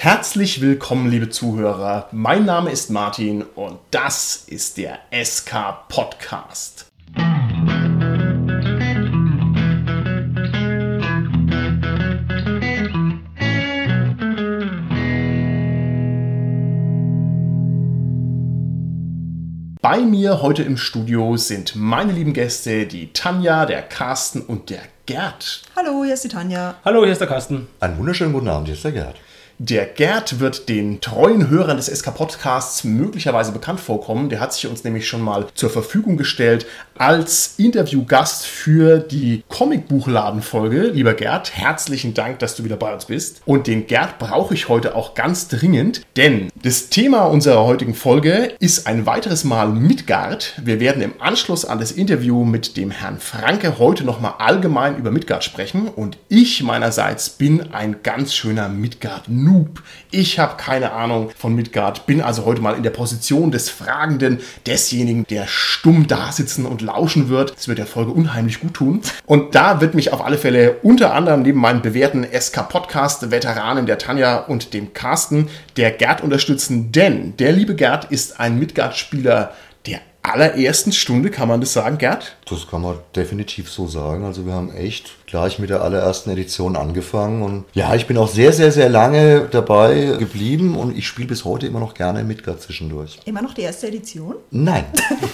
Herzlich willkommen, liebe Zuhörer. Mein Name ist Martin und das ist der SK Podcast. Bei mir heute im Studio sind meine lieben Gäste, die Tanja, der Carsten und der Gerd. Hallo, hier ist die Tanja. Hallo, hier ist der Carsten. Einen wunderschönen guten Abend, hier ist der Gerd. Der Gerd wird den treuen Hörern des SK-Podcasts möglicherweise bekannt vorkommen. Der hat sich uns nämlich schon mal zur Verfügung gestellt als Interviewgast für die Comicbuchladen-Folge. Lieber Gerd, herzlichen Dank, dass du wieder bei uns bist. Und den Gerd brauche ich heute auch ganz dringend, denn das Thema unserer heutigen Folge ist ein weiteres Mal Midgard. Wir werden im Anschluss an das Interview mit dem Herrn Franke heute nochmal allgemein über Midgard sprechen. Und ich meinerseits bin ein ganz schöner Midgard-Noob. Ich habe keine Ahnung von Midgard, bin also heute mal in der Position des Fragenden, desjenigen, der stumm da sitzen und lauschen wird. Das wird der Folge unheimlich gut tun. Und da wird mich auf alle Fälle unter anderem neben meinen bewährten SK-Podcast-Veteranen der Tanja und dem Carsten der Gerd unterstützen, denn der liebe Gerd ist ein Midgard-Spieler der allerersten Stunde, kann man das sagen, Gerd? Das kann man definitiv so sagen. Also wir haben echt gleich mit der allerersten Edition angefangen. Und ja, ich bin auch sehr, sehr, sehr lange dabei geblieben und ich spiele bis heute immer noch gerne Midgard zwischendurch. Immer noch die erste Edition? Nein.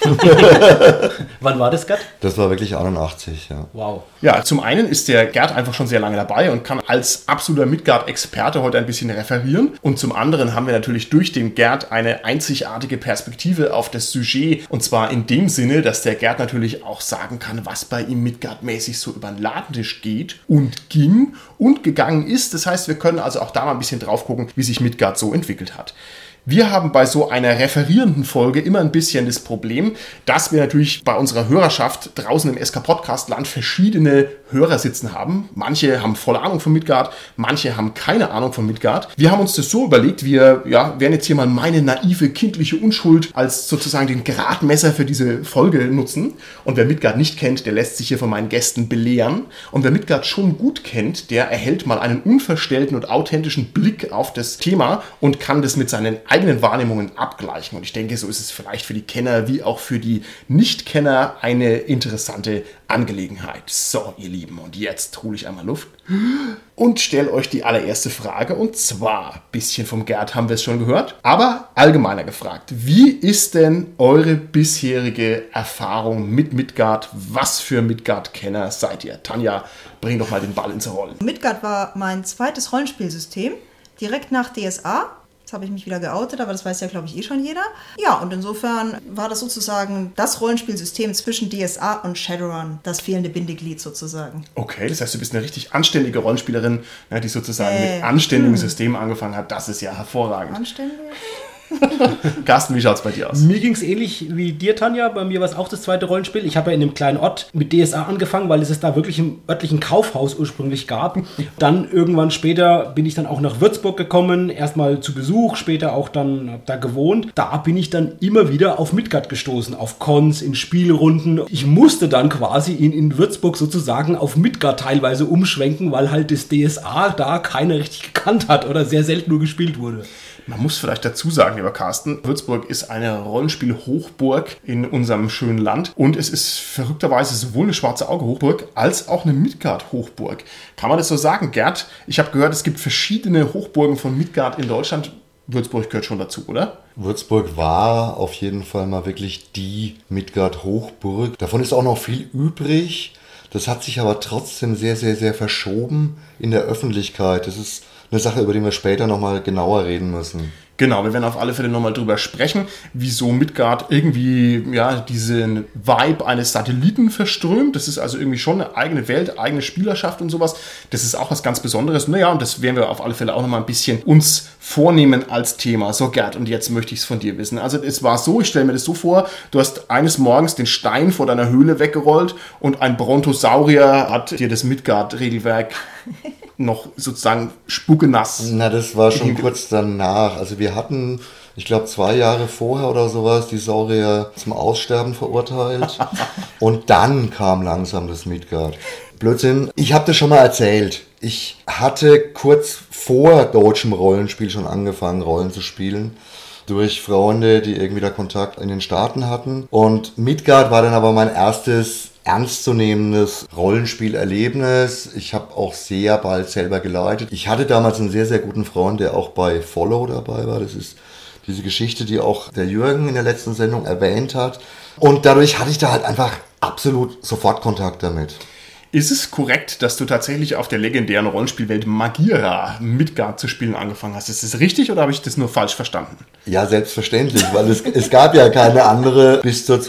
Wann war das, Gerd? Das war wirklich 81, ja. Wow. Ja, zum einen ist der Gerd einfach schon sehr lange dabei und kann als absoluter Midgard-Experte heute ein bisschen referieren. Und zum anderen haben wir natürlich durch den Gerd eine einzigartige Perspektive auf das Sujet. Und zwar in dem Sinne, dass der Gerd natürlich auch sagen kann, was bei ihm Midgard-mäßig so über den Ladentisch geht und ging und gegangen ist. Das heißt, wir können also auch da mal ein bisschen drauf gucken, wie sich Midgard so entwickelt hat. Wir haben bei so einer referierenden Folge immer ein bisschen das Problem, dass wir natürlich bei unserer Hörerschaft draußen im SK-Podcast-Land verschiedene Hörer sitzen haben. Manche haben volle Ahnung von Midgard, manche haben keine Ahnung von Midgard. Wir haben uns das so überlegt, wir werden jetzt hier mal meine naive, kindliche Unschuld als sozusagen den Gradmesser für diese Folge nutzen. Und wer Midgard nicht kennt, der lässt sich hier von meinen Gästen belehren. Und wer Midgard schon gut kennt, der erhält mal einen unverstellten und authentischen Blick auf das Thema und kann das mit seinen eigenen Wahrnehmungen abgleichen. Und ich denke, so ist es vielleicht für die Kenner wie auch für die Nicht-Kenner eine interessante Angelegenheit. So, ihr Lieben, und jetzt hole ich einmal Luft und stelle euch die allererste Frage. Und zwar, bisschen vom Gerd haben wir es schon gehört, aber allgemeiner gefragt. Wie ist denn eure bisherige Erfahrung mit Midgard? Was für Midgard-Kenner seid ihr? Tanja, bring doch mal den Ball ins Rollen. Midgard war mein zweites Rollenspielsystem, direkt nach DSA. Jetzt habe ich mich wieder geoutet, aber das weiß ja, glaube ich, schon jeder. Ja, und insofern war das sozusagen das Rollenspielsystem zwischen DSA und Shadowrun, das fehlende Bindeglied sozusagen. Okay, das heißt, du bist eine richtig anständige Rollenspielerin, die sozusagen mit anständigem System angefangen hat. Das ist ja hervorragend. Anständig? Carsten, wie schaut's bei dir aus? Mir ging es ähnlich wie dir, Tanja. Bei mir war es auch das zweite Rollenspiel. Ich habe ja in einem kleinen Ort mit DSA angefangen, weil es da wirklich im örtlichen Kaufhaus ursprünglich gab. Dann irgendwann später bin ich dann auch nach Würzburg gekommen, erstmal zu Besuch, später auch dann da gewohnt. Da bin ich dann immer wieder auf Midgard gestoßen, auf Cons, in Spielrunden. Ich musste dann quasi in Würzburg sozusagen auf Midgard teilweise umschwenken, weil halt das DSA da keiner richtig gekannt hat oder sehr selten nur gespielt wurde. Man muss vielleicht dazu sagen, lieber Carsten, Würzburg ist eine Rollenspiel-Hochburg in unserem schönen Land und es ist verrückterweise sowohl eine Schwarze-Auge-Hochburg als auch eine Midgard-Hochburg. Kann man das so sagen, Gerd? Ich habe gehört, es gibt verschiedene Hochburgen von Midgard in Deutschland. Würzburg gehört schon dazu, oder? Würzburg war auf jeden Fall mal wirklich die Midgard-Hochburg. Davon ist auch noch viel übrig. Das hat sich aber trotzdem sehr, sehr, sehr verschoben in der Öffentlichkeit. Das ist eine Sache, über die wir später nochmal genauer reden müssen. Genau, wir werden auf alle Fälle nochmal drüber sprechen, wieso Midgard irgendwie diesen Vibe eines Satelliten verströmt. Das ist also irgendwie schon eine eigene Welt, eigene Spielerschaft und sowas. Das ist auch was ganz Besonderes. Naja, und das werden wir auf alle Fälle auch nochmal ein bisschen uns vornehmen als Thema. So, Gerd, und jetzt möchte ich es von dir wissen. Also es war so, ich stelle mir das so vor, du hast eines Morgens den Stein vor deiner Höhle weggerollt und ein Brontosaurier hat dir das Midgard-Regelwerk noch sozusagen spuckenass. Na, das war schon kurz danach. Also wir hatten, ich glaube 2 Jahre vorher oder sowas, die Saurier zum Aussterben verurteilt. Und dann kam langsam das Midgard. Blödsinn. Ich habe das schon mal erzählt. Ich hatte kurz vor deutschem Rollenspiel schon angefangen, Rollen zu spielen. Durch Freunde, die irgendwie da Kontakt in den Staaten hatten. Und Midgard war dann aber mein erstes ernstzunehmendes Rollenspielerlebnis. Ich habe auch sehr bald selber geleitet. Ich hatte damals einen sehr, sehr guten Freund, der auch bei Follow dabei war. Das ist diese Geschichte, die auch der Jürgen in der letzten Sendung erwähnt hat. Und dadurch hatte ich da halt einfach absolut sofort Kontakt damit. Ist es korrekt, dass du tatsächlich auf der legendären Rollenspielwelt Magira Midgard zu spielen angefangen hast? Ist das richtig oder habe ich das nur falsch verstanden? Ja, selbstverständlich, weil es gab ja keine andere bis zur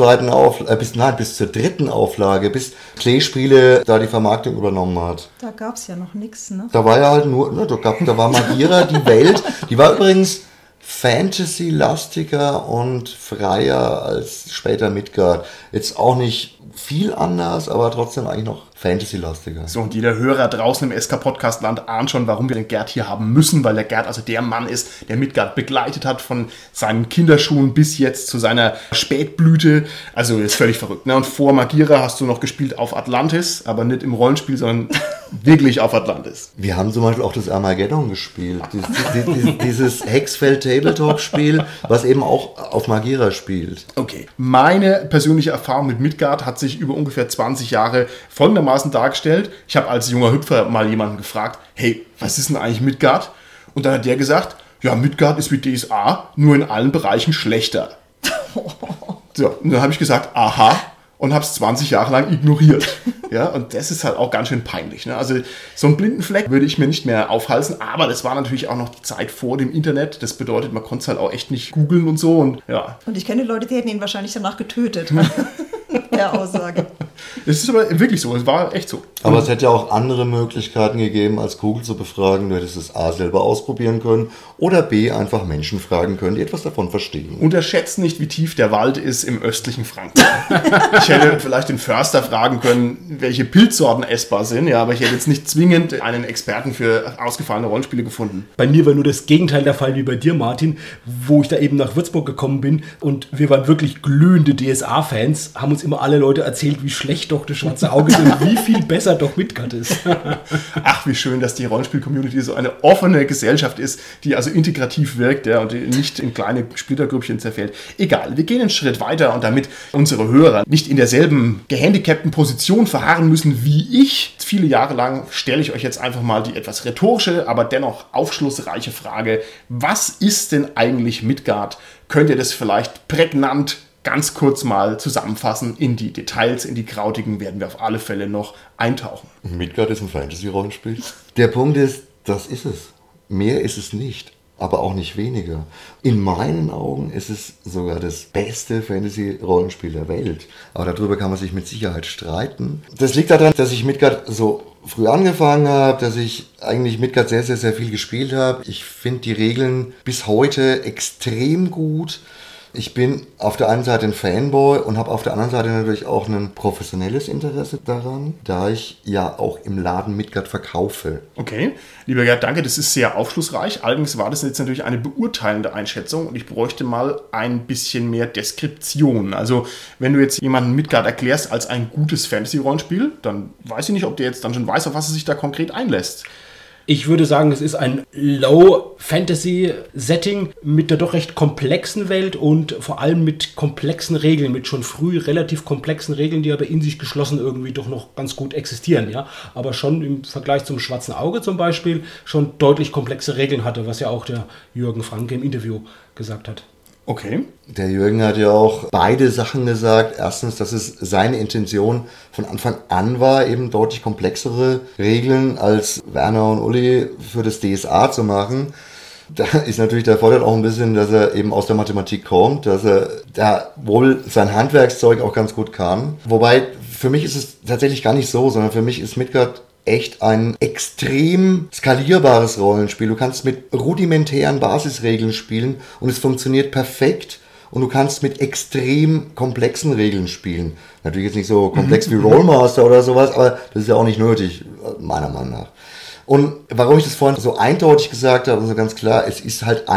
bis zur dritten Auflage, bis Klee-Spiele da die Vermarktung übernommen hat. Da gab es ja noch nichts, ne? Da war ja halt nur, da war Magira die Welt, die war übrigens Fantasy-lastiger und freier als später Midgard. Jetzt auch nicht viel anders, aber trotzdem eigentlich noch Fantasy-lastiger. So, und jeder Hörer draußen im SK-Podcast-Land ahnt schon, warum wir den Gerd hier haben müssen, weil der Gerd also der Mann ist, der Midgard begleitet hat von seinen Kinderschuhen bis jetzt zu seiner Spätblüte. Also ist völlig verrückt. Ne? Und vor Magira hast du noch gespielt auf Atlantis, aber nicht im Rollenspiel, sondern wirklich auf Atlantis. Wir haben zum Beispiel auch das Armageddon gespielt. Dieses Hexfeld-Tabletop-Spiel, was eben auch auf Magira spielt. Okay. Meine persönliche Erfahrung mit Midgard hat sich über ungefähr 20 Jahre folgendermaßen dargestellt. Ich habe als junger Hüpfer mal jemanden gefragt, hey, was ist denn eigentlich Midgard? Und dann hat der gesagt, ja, Midgard ist wie DSA, nur in allen Bereichen schlechter. So, und dann habe ich gesagt, aha, und habe es 20 Jahre lang ignoriert. Ja, und das ist halt auch ganz schön peinlich. Ne? Also so einen blinden Fleck würde ich mir nicht mehr aufhalsen, aber das war natürlich auch noch die Zeit vor dem Internet. Das bedeutet, man konnte es halt auch echt nicht googeln und so. Und, ja. Und ich kenne Leute, die hätten ihn wahrscheinlich danach getötet. Der Aussage. Es ist aber wirklich so, es war echt so. Aber es hätte ja auch andere Möglichkeiten gegeben, als Google zu befragen. Du hättest es A, selber ausprobieren können oder B, einfach Menschen fragen können, die etwas davon verstehen. Unterschätzt nicht, wie tief der Wald ist im östlichen Franken. Ich hätte vielleicht den Förster fragen können, welche Pilzsorten essbar sind, ja, aber ich hätte jetzt nicht zwingend einen Experten für ausgefallene Rollenspiele gefunden. Bei mir war nur das Gegenteil der Fall wie bei dir, Martin, wo ich da eben nach Würzburg gekommen bin und wir waren wirklich glühende DSA-Fans, haben uns immer alle Leute erzählt, wie schlecht doch das Schwarze Auge ist und wie viel besser doch Midgard ist. Ach, wie schön, dass die Rollenspiel-Community so eine offene Gesellschaft ist, die also integrativ wirkt, ja, und die nicht in kleine Splittergrüppchen zerfällt. Egal, wir gehen einen Schritt weiter und damit unsere Hörer nicht in derselben gehandicapten Position verharren müssen wie ich, viele Jahre lang, stelle ich euch jetzt einfach mal die etwas rhetorische, aber dennoch aufschlussreiche Frage, was ist denn eigentlich Midgard? Könnt ihr das vielleicht prägnant ganz kurz mal zusammenfassen? In die Details, in die Krautigen werden wir auf alle Fälle noch eintauchen. Midgard ist ein Fantasy-Rollenspiel. Der Punkt ist, das ist es. Mehr ist es nicht, aber auch nicht weniger. In meinen Augen ist es sogar das beste Fantasy-Rollenspiel der Welt. Aber darüber kann man sich mit Sicherheit streiten. Das liegt daran, dass ich Midgard so früh angefangen habe, dass ich eigentlich Midgard sehr, sehr, sehr viel gespielt habe. Ich finde die Regeln bis heute extrem gut. Ich bin auf der einen Seite ein Fanboy und habe auf der anderen Seite natürlich auch ein professionelles Interesse daran, da ich ja auch im Laden Midgard verkaufe. Okay, lieber Gerd, danke, das ist sehr aufschlussreich. Allerdings war das jetzt natürlich eine beurteilende Einschätzung und ich bräuchte mal ein bisschen mehr Deskription. Also, wenn du jetzt jemanden Midgard erklärst als ein gutes Fantasy-Rollenspiel, dann weiß ich nicht, ob der jetzt dann schon weiß, auf was er sich da konkret einlässt. Ich würde sagen, es ist ein Low-Fantasy-Setting mit einer doch recht komplexen Welt und vor allem mit komplexen Regeln, mit schon früh relativ komplexen Regeln, die aber in sich geschlossen irgendwie doch noch ganz gut existieren. Ja? Aber schon im Vergleich zum Schwarzen Auge zum Beispiel schon deutlich komplexe Regeln hatte, was ja auch der Jürgen Franke im Interview gesagt hat. Okay. Der Jürgen hat ja auch beide Sachen gesagt. Erstens, dass es seine Intention von Anfang an war, eben deutlich komplexere Regeln als Werner und Uli für das DSA zu machen. Da ist natürlich der Vorteil auch ein bisschen, dass er eben aus der Mathematik kommt, dass er da wohl sein Handwerkszeug auch ganz gut kann. Wobei, für mich ist es tatsächlich gar nicht so, sondern für mich ist Midgard echt ein extrem skalierbares Rollenspiel. Du kannst mit rudimentären Basisregeln spielen und es funktioniert perfekt. Und du kannst mit extrem komplexen Regeln spielen. Natürlich jetzt nicht so komplex wie Rollmaster oder sowas, aber das ist ja auch nicht nötig, meiner Meinung nach. Und warum ich das vorhin so eindeutig gesagt habe und so ganz klar, es ist halt ein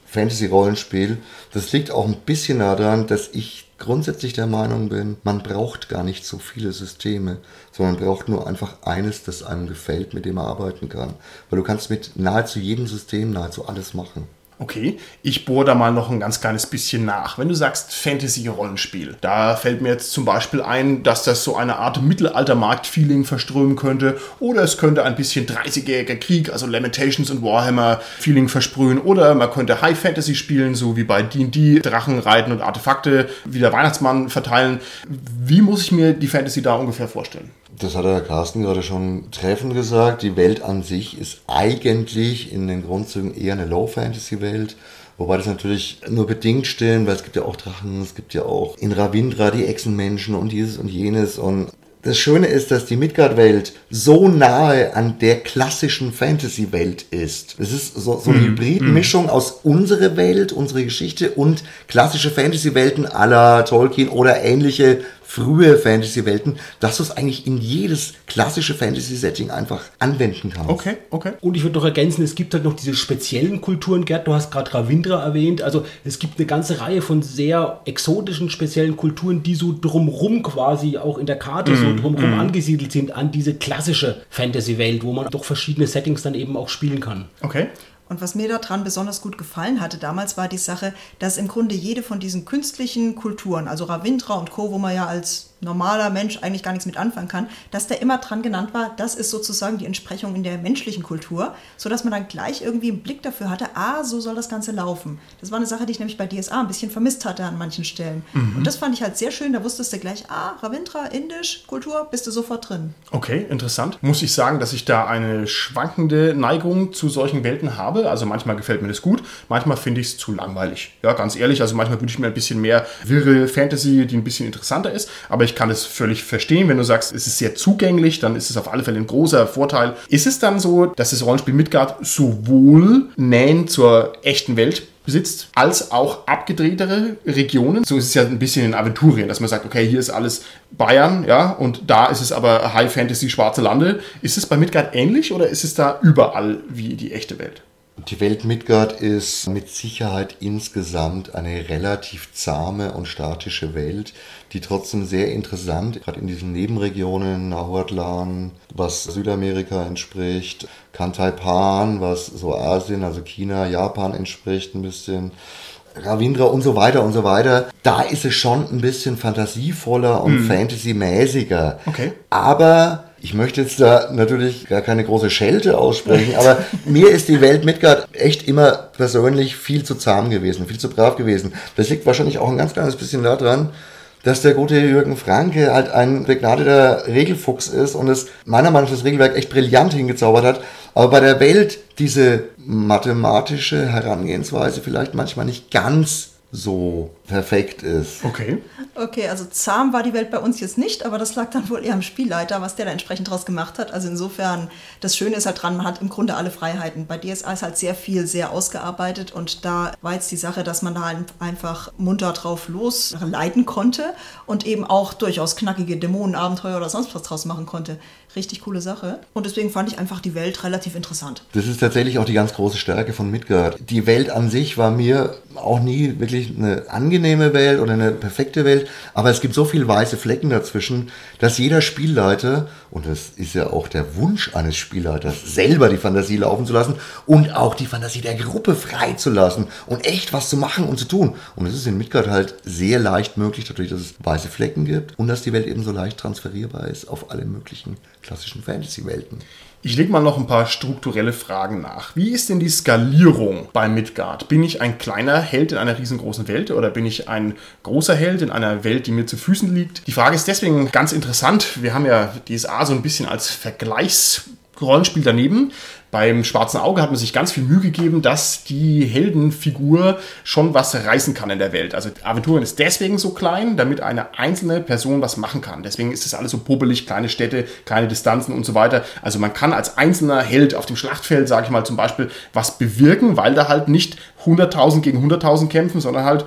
Fantasy-Rollenspiel. Das liegt auch ein bisschen daran, dass ich grundsätzlich der Meinung bin, man braucht gar nicht so viele Systeme, sondern braucht nur einfach eines, das einem gefällt, mit dem man arbeiten kann. Weil du kannst mit nahezu jedem System nahezu alles machen. Okay, ich bohre da mal noch ein ganz kleines bisschen nach. Wenn du sagst Fantasy-Rollenspiel, da fällt mir jetzt zum Beispiel ein, dass das so eine Art Mittelalter-Markt-Feeling verströmen könnte, oder es könnte ein bisschen 30-jähriger Krieg, also Lamentations und Warhammer-Feeling versprühen, oder man könnte High-Fantasy spielen, so wie bei D&D, Drachen reiten und Artefakte wie der Weihnachtsmann verteilen. Wie muss ich mir die Fantasy da ungefähr vorstellen? Das hat der Carsten gerade schon treffend gesagt. Die Welt an sich ist eigentlich in den Grundzügen eher eine Low-Fantasy-Welt. Wobei das natürlich nur bedingt stimmt, weil es gibt ja auch Drachen, es gibt ja auch in Ravindra die Echsenmenschen und dieses und jenes. Und das Schöne ist, dass die Midgard-Welt so nahe an der klassischen Fantasy-Welt ist. Es ist so eine Hybridmischung aus unserer Welt, unsere Geschichte und klassische Fantasy-Welten à la Tolkien oder ähnliche frühe Fantasy-Welten, dass du es eigentlich in jedes klassische Fantasy-Setting einfach anwenden kannst. Okay. Und ich würde noch ergänzen, es gibt halt noch diese speziellen Kulturen. Gerd, du hast gerade Ravindra erwähnt. Also es gibt eine ganze Reihe von sehr exotischen, speziellen Kulturen, die so drumherum quasi auch in der Karte so drumherum angesiedelt sind an diese klassische Fantasy-Welt, wo man doch verschiedene Settings dann eben auch spielen kann. Okay. Und was mir daran besonders gut gefallen hatte damals, war die Sache, dass im Grunde jede von diesen künstlichen Kulturen, also Ravindra und Co., wo man ja als normaler Mensch eigentlich gar nichts mit anfangen kann, dass da immer dran genannt war, das ist sozusagen die Entsprechung in der menschlichen Kultur, sodass man dann gleich irgendwie einen Blick dafür hatte, so soll das Ganze laufen. Das war eine Sache, die ich nämlich bei DSA ein bisschen vermisst hatte an manchen Stellen. Und das fand ich halt sehr schön, da wusstest du gleich, Ravindra, Indisch, Kultur, bist du sofort drin. Okay, interessant. Muss ich sagen, dass ich da eine schwankende Neigung zu solchen Welten habe. Also manchmal gefällt mir das gut, manchmal finde ich es zu langweilig. Ja, ganz ehrlich, also manchmal wünsche ich mir ein bisschen mehr wirre Fantasy, die ein bisschen interessanter ist, aber ich kann es völlig verstehen, wenn du sagst, es ist sehr zugänglich, dann ist es auf alle Fälle ein großer Vorteil. Ist es dann so, dass das Rollenspiel Midgard sowohl Nähen zur echten Welt besitzt, als auch abgedrehtere Regionen? So ist es ja ein bisschen in Aventurien, dass man sagt, okay, hier ist alles Bayern, ja, und da ist es aber High Fantasy, schwarze Lande. Ist es bei Midgard ähnlich oder ist es da überall wie die echte Welt? Die Welt Midgard ist mit Sicherheit insgesamt eine relativ zahme und statische Welt, die trotzdem sehr interessant, gerade in diesen Nebenregionen, Nahuatlan, was Südamerika entspricht, Kantaipan, was so Asien, also China, Japan entspricht ein bisschen, Ravindra und so weiter. Da ist es schon ein bisschen fantasievoller und fantasymäßiger. Okay. Aber ich möchte jetzt da natürlich gar keine große Schelte aussprechen, aber mir ist die Welt Midgard echt immer persönlich viel zu zahm gewesen, viel zu brav gewesen. Das liegt wahrscheinlich auch ein ganz kleines bisschen daran, dass der gute Jürgen Franke halt ein begnadeter Regelfuchs ist und es meiner Meinung nach das Regelwerk echt brillant hingezaubert hat. Aber bei der Welt diese mathematische Herangehensweise vielleicht manchmal nicht ganz so perfekt ist. Okay, also zahm war die Welt bei uns jetzt nicht, aber das lag dann wohl eher am Spielleiter, was der da entsprechend draus gemacht hat. Also insofern, das Schöne ist halt dran, man hat im Grunde alle Freiheiten. Bei DSA ist halt sehr viel, sehr ausgearbeitet und da war jetzt die Sache, dass man da einfach munter drauf losleiten konnte und eben auch durchaus knackige Dämonenabenteuer oder sonst was draus machen konnte. Richtig coole Sache. Und deswegen fand ich einfach die Welt relativ interessant. Das ist tatsächlich auch die ganz große Stärke von Midgard. Die Welt an sich war mir auch nie wirklich eine angenehme Welt oder eine perfekte Welt, aber es gibt so viele weiße Flecken dazwischen, dass jeder Spielleiter, und das ist ja auch der Wunsch eines Spielleiters, selber die Fantasie laufen zu lassen und auch die Fantasie der Gruppe freizulassen und echt was zu machen und zu tun. Und das ist in Midgard halt sehr leicht möglich, dadurch, dass es weiße Flecken gibt und dass die Welt eben so leicht transferierbar ist auf alle möglichen klassischen Fantasy-Welten. Ich lege mal noch ein paar strukturelle Fragen nach. Wie ist denn die Skalierung bei Midgard? Bin ich ein kleiner Held in einer riesengroßen Welt oder bin ich ein großer Held in einer Welt, die mir zu Füßen liegt? Die Frage ist deswegen ganz interessant. Wir haben ja DSA so ein bisschen als Vergleichsrollenspiel daneben. Beim Schwarzen Auge hat man sich ganz viel Mühe gegeben, dass die Heldenfigur schon was reißen kann in der Welt. Also Aventurien ist deswegen so klein, damit eine einzelne Person was machen kann. Deswegen ist es alles so pubbelig, kleine Städte, kleine Distanzen und so weiter. Also man kann als einzelner Held auf dem Schlachtfeld, sage ich mal zum Beispiel, was bewirken, weil da halt nicht 100.000 gegen 100.000 kämpfen, sondern halt,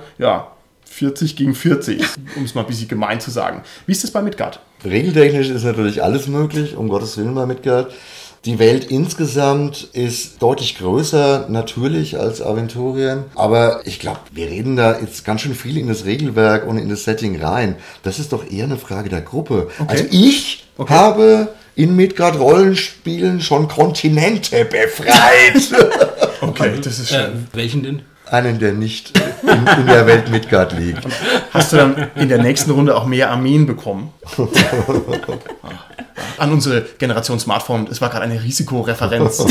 40 gegen 40, um es mal ein bisschen gemein zu sagen. Wie ist das bei Midgard? Regeltechnisch ist natürlich alles möglich, um Gottes Willen bei Midgard. Die Welt insgesamt ist deutlich größer natürlich als Aventurien, aber ich glaube, wir reden da jetzt ganz schön viel in das Regelwerk und in das Setting rein. Das ist doch eher eine Frage der Gruppe. Okay. Also ich habe in Midgard-Rollenspielen schon Kontinente befreit. Okay, das ist schön. Welchen denn? Einen, der nicht in der Welt Midgard liegt. Hast du dann in der nächsten Runde auch mehr Armeen bekommen? An unsere Generation Smartphone, es war gerade eine Risikoreferenz.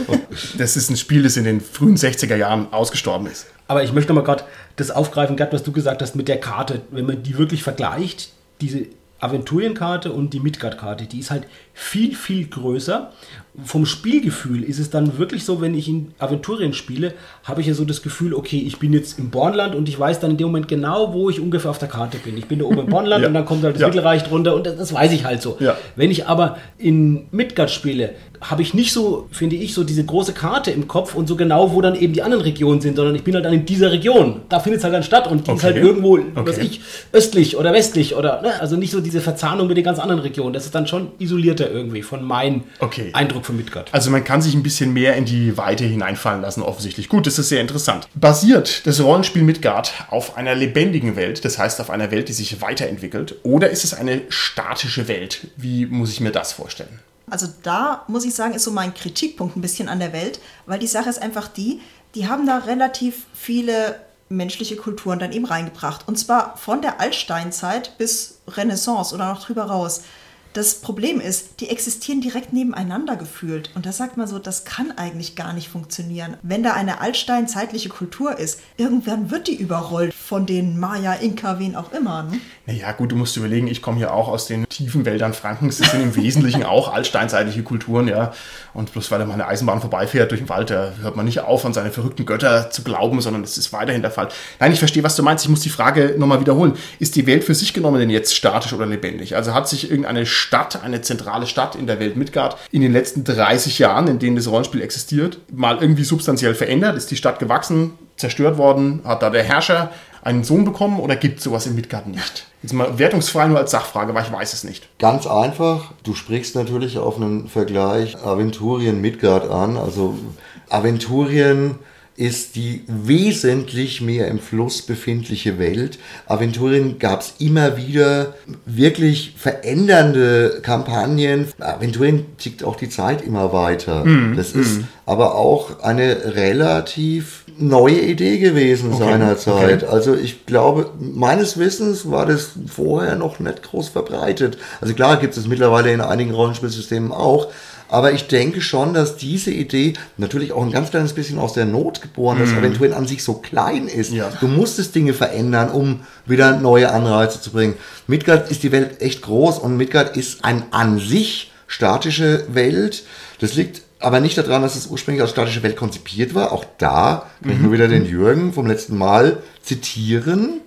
Das ist ein Spiel, das in den frühen 60er Jahren ausgestorben ist. Aber ich möchte noch mal gerade das aufgreifen, Gerd, was du gesagt hast mit der Karte. Wenn man die wirklich vergleicht, diese Aventurienkarte und die Midgard-Karte, die ist halt viel, viel größer. Vom Spielgefühl ist es dann wirklich so, wenn ich in Aventurien spiele, habe ich ja so das Gefühl, okay, ich bin jetzt im Bornland und ich weiß dann in dem Moment genau, wo ich ungefähr auf der Karte bin. Ich bin da oben im Bornland und dann kommt halt das Mittelreich drunter und das weiß ich halt so. Ja. Wenn ich aber in Midgard spiele, habe ich nicht so, finde ich, so diese große Karte im Kopf und so genau, wo dann eben die anderen Regionen sind, sondern ich bin halt dann in dieser Region. Da findet es halt dann statt und die ist halt irgendwo, was ich, östlich oder westlich oder, ne? Also nicht so diese Verzahnung mit den ganz anderen Regionen. Das ist dann schon isolierter irgendwie von meinem Eindruck von Midgard. Also man kann sich ein bisschen mehr in die Weite hineinfallen lassen, offensichtlich. Gut, das ist sehr interessant. Basiert das Rollenspiel Midgard auf einer lebendigen Welt, das heißt auf einer Welt, die sich weiterentwickelt, oder ist es eine statische Welt? Wie muss ich mir das vorstellen? Also da muss ich sagen, ist so mein Kritikpunkt ein bisschen an der Welt, weil die Sache ist einfach die haben da relativ viele menschliche Kulturen dann eben reingebracht. Und zwar von der Altsteinzeit bis Renaissance oder noch drüber raus. Das Problem ist, die existieren direkt nebeneinander gefühlt. Und da sagt man so, das kann eigentlich gar nicht funktionieren. Wenn da eine altsteinzeitliche Kultur ist, irgendwann wird die überrollt von den Maya, Inka, wen auch immer. Ne? Naja, gut, du musst überlegen, ich komme ja auch aus den tiefen Wäldern Frankens. Das sind im Wesentlichen auch altsteinzeitliche Kulturen, ja. Und bloß weil da mal eine Eisenbahn vorbeifährt durch den Wald, da hört man nicht auf, an seine verrückten Götter zu glauben, sondern das ist weiterhin der Fall. Nein, ich verstehe, was du meinst. Ich muss die Frage nochmal wiederholen. Ist die Welt für sich genommen denn jetzt statisch oder lebendig? Also hat sich irgendeine Stadt, eine zentrale Stadt in der Welt Midgard in den letzten 30 Jahren, in denen das Rollenspiel existiert, mal irgendwie substanziell verändert? Ist die Stadt gewachsen, zerstört worden? Hat da der Herrscher einen Sohn bekommen oder gibt es sowas in Midgard nicht? Jetzt mal wertungsfrei nur als Sachfrage, weil ich weiß es nicht. Ganz einfach, du sprichst natürlich auf einen Vergleich Aventurien Midgard an. Also Aventurien ist die wesentlich mehr im Fluss befindliche Welt. Aventurien gab es immer wieder wirklich verändernde Kampagnen. Aventurien tickt auch die Zeit immer weiter. Das ist aber auch eine relativ neue Idee gewesen seinerzeit. Also ich glaube, meines Wissens war das vorher noch nicht groß verbreitet. Also klar gibt es mittlerweile in einigen Rollenspielsystemen auch, aber ich denke schon, dass diese Idee natürlich auch ein ganz kleines bisschen aus der Not geboren ist, dass Aventurien an sich so klein ist. Ja. Du musstest Dinge verändern, um wieder neue Anreize zu bringen. Midgard ist die Welt echt groß und Midgard ist eine an sich statische Welt. Das liegt aber nicht daran, dass es ursprünglich als statische Welt konzipiert war. Auch da kann ich nur wieder den Jürgen vom letzten Mal zitieren.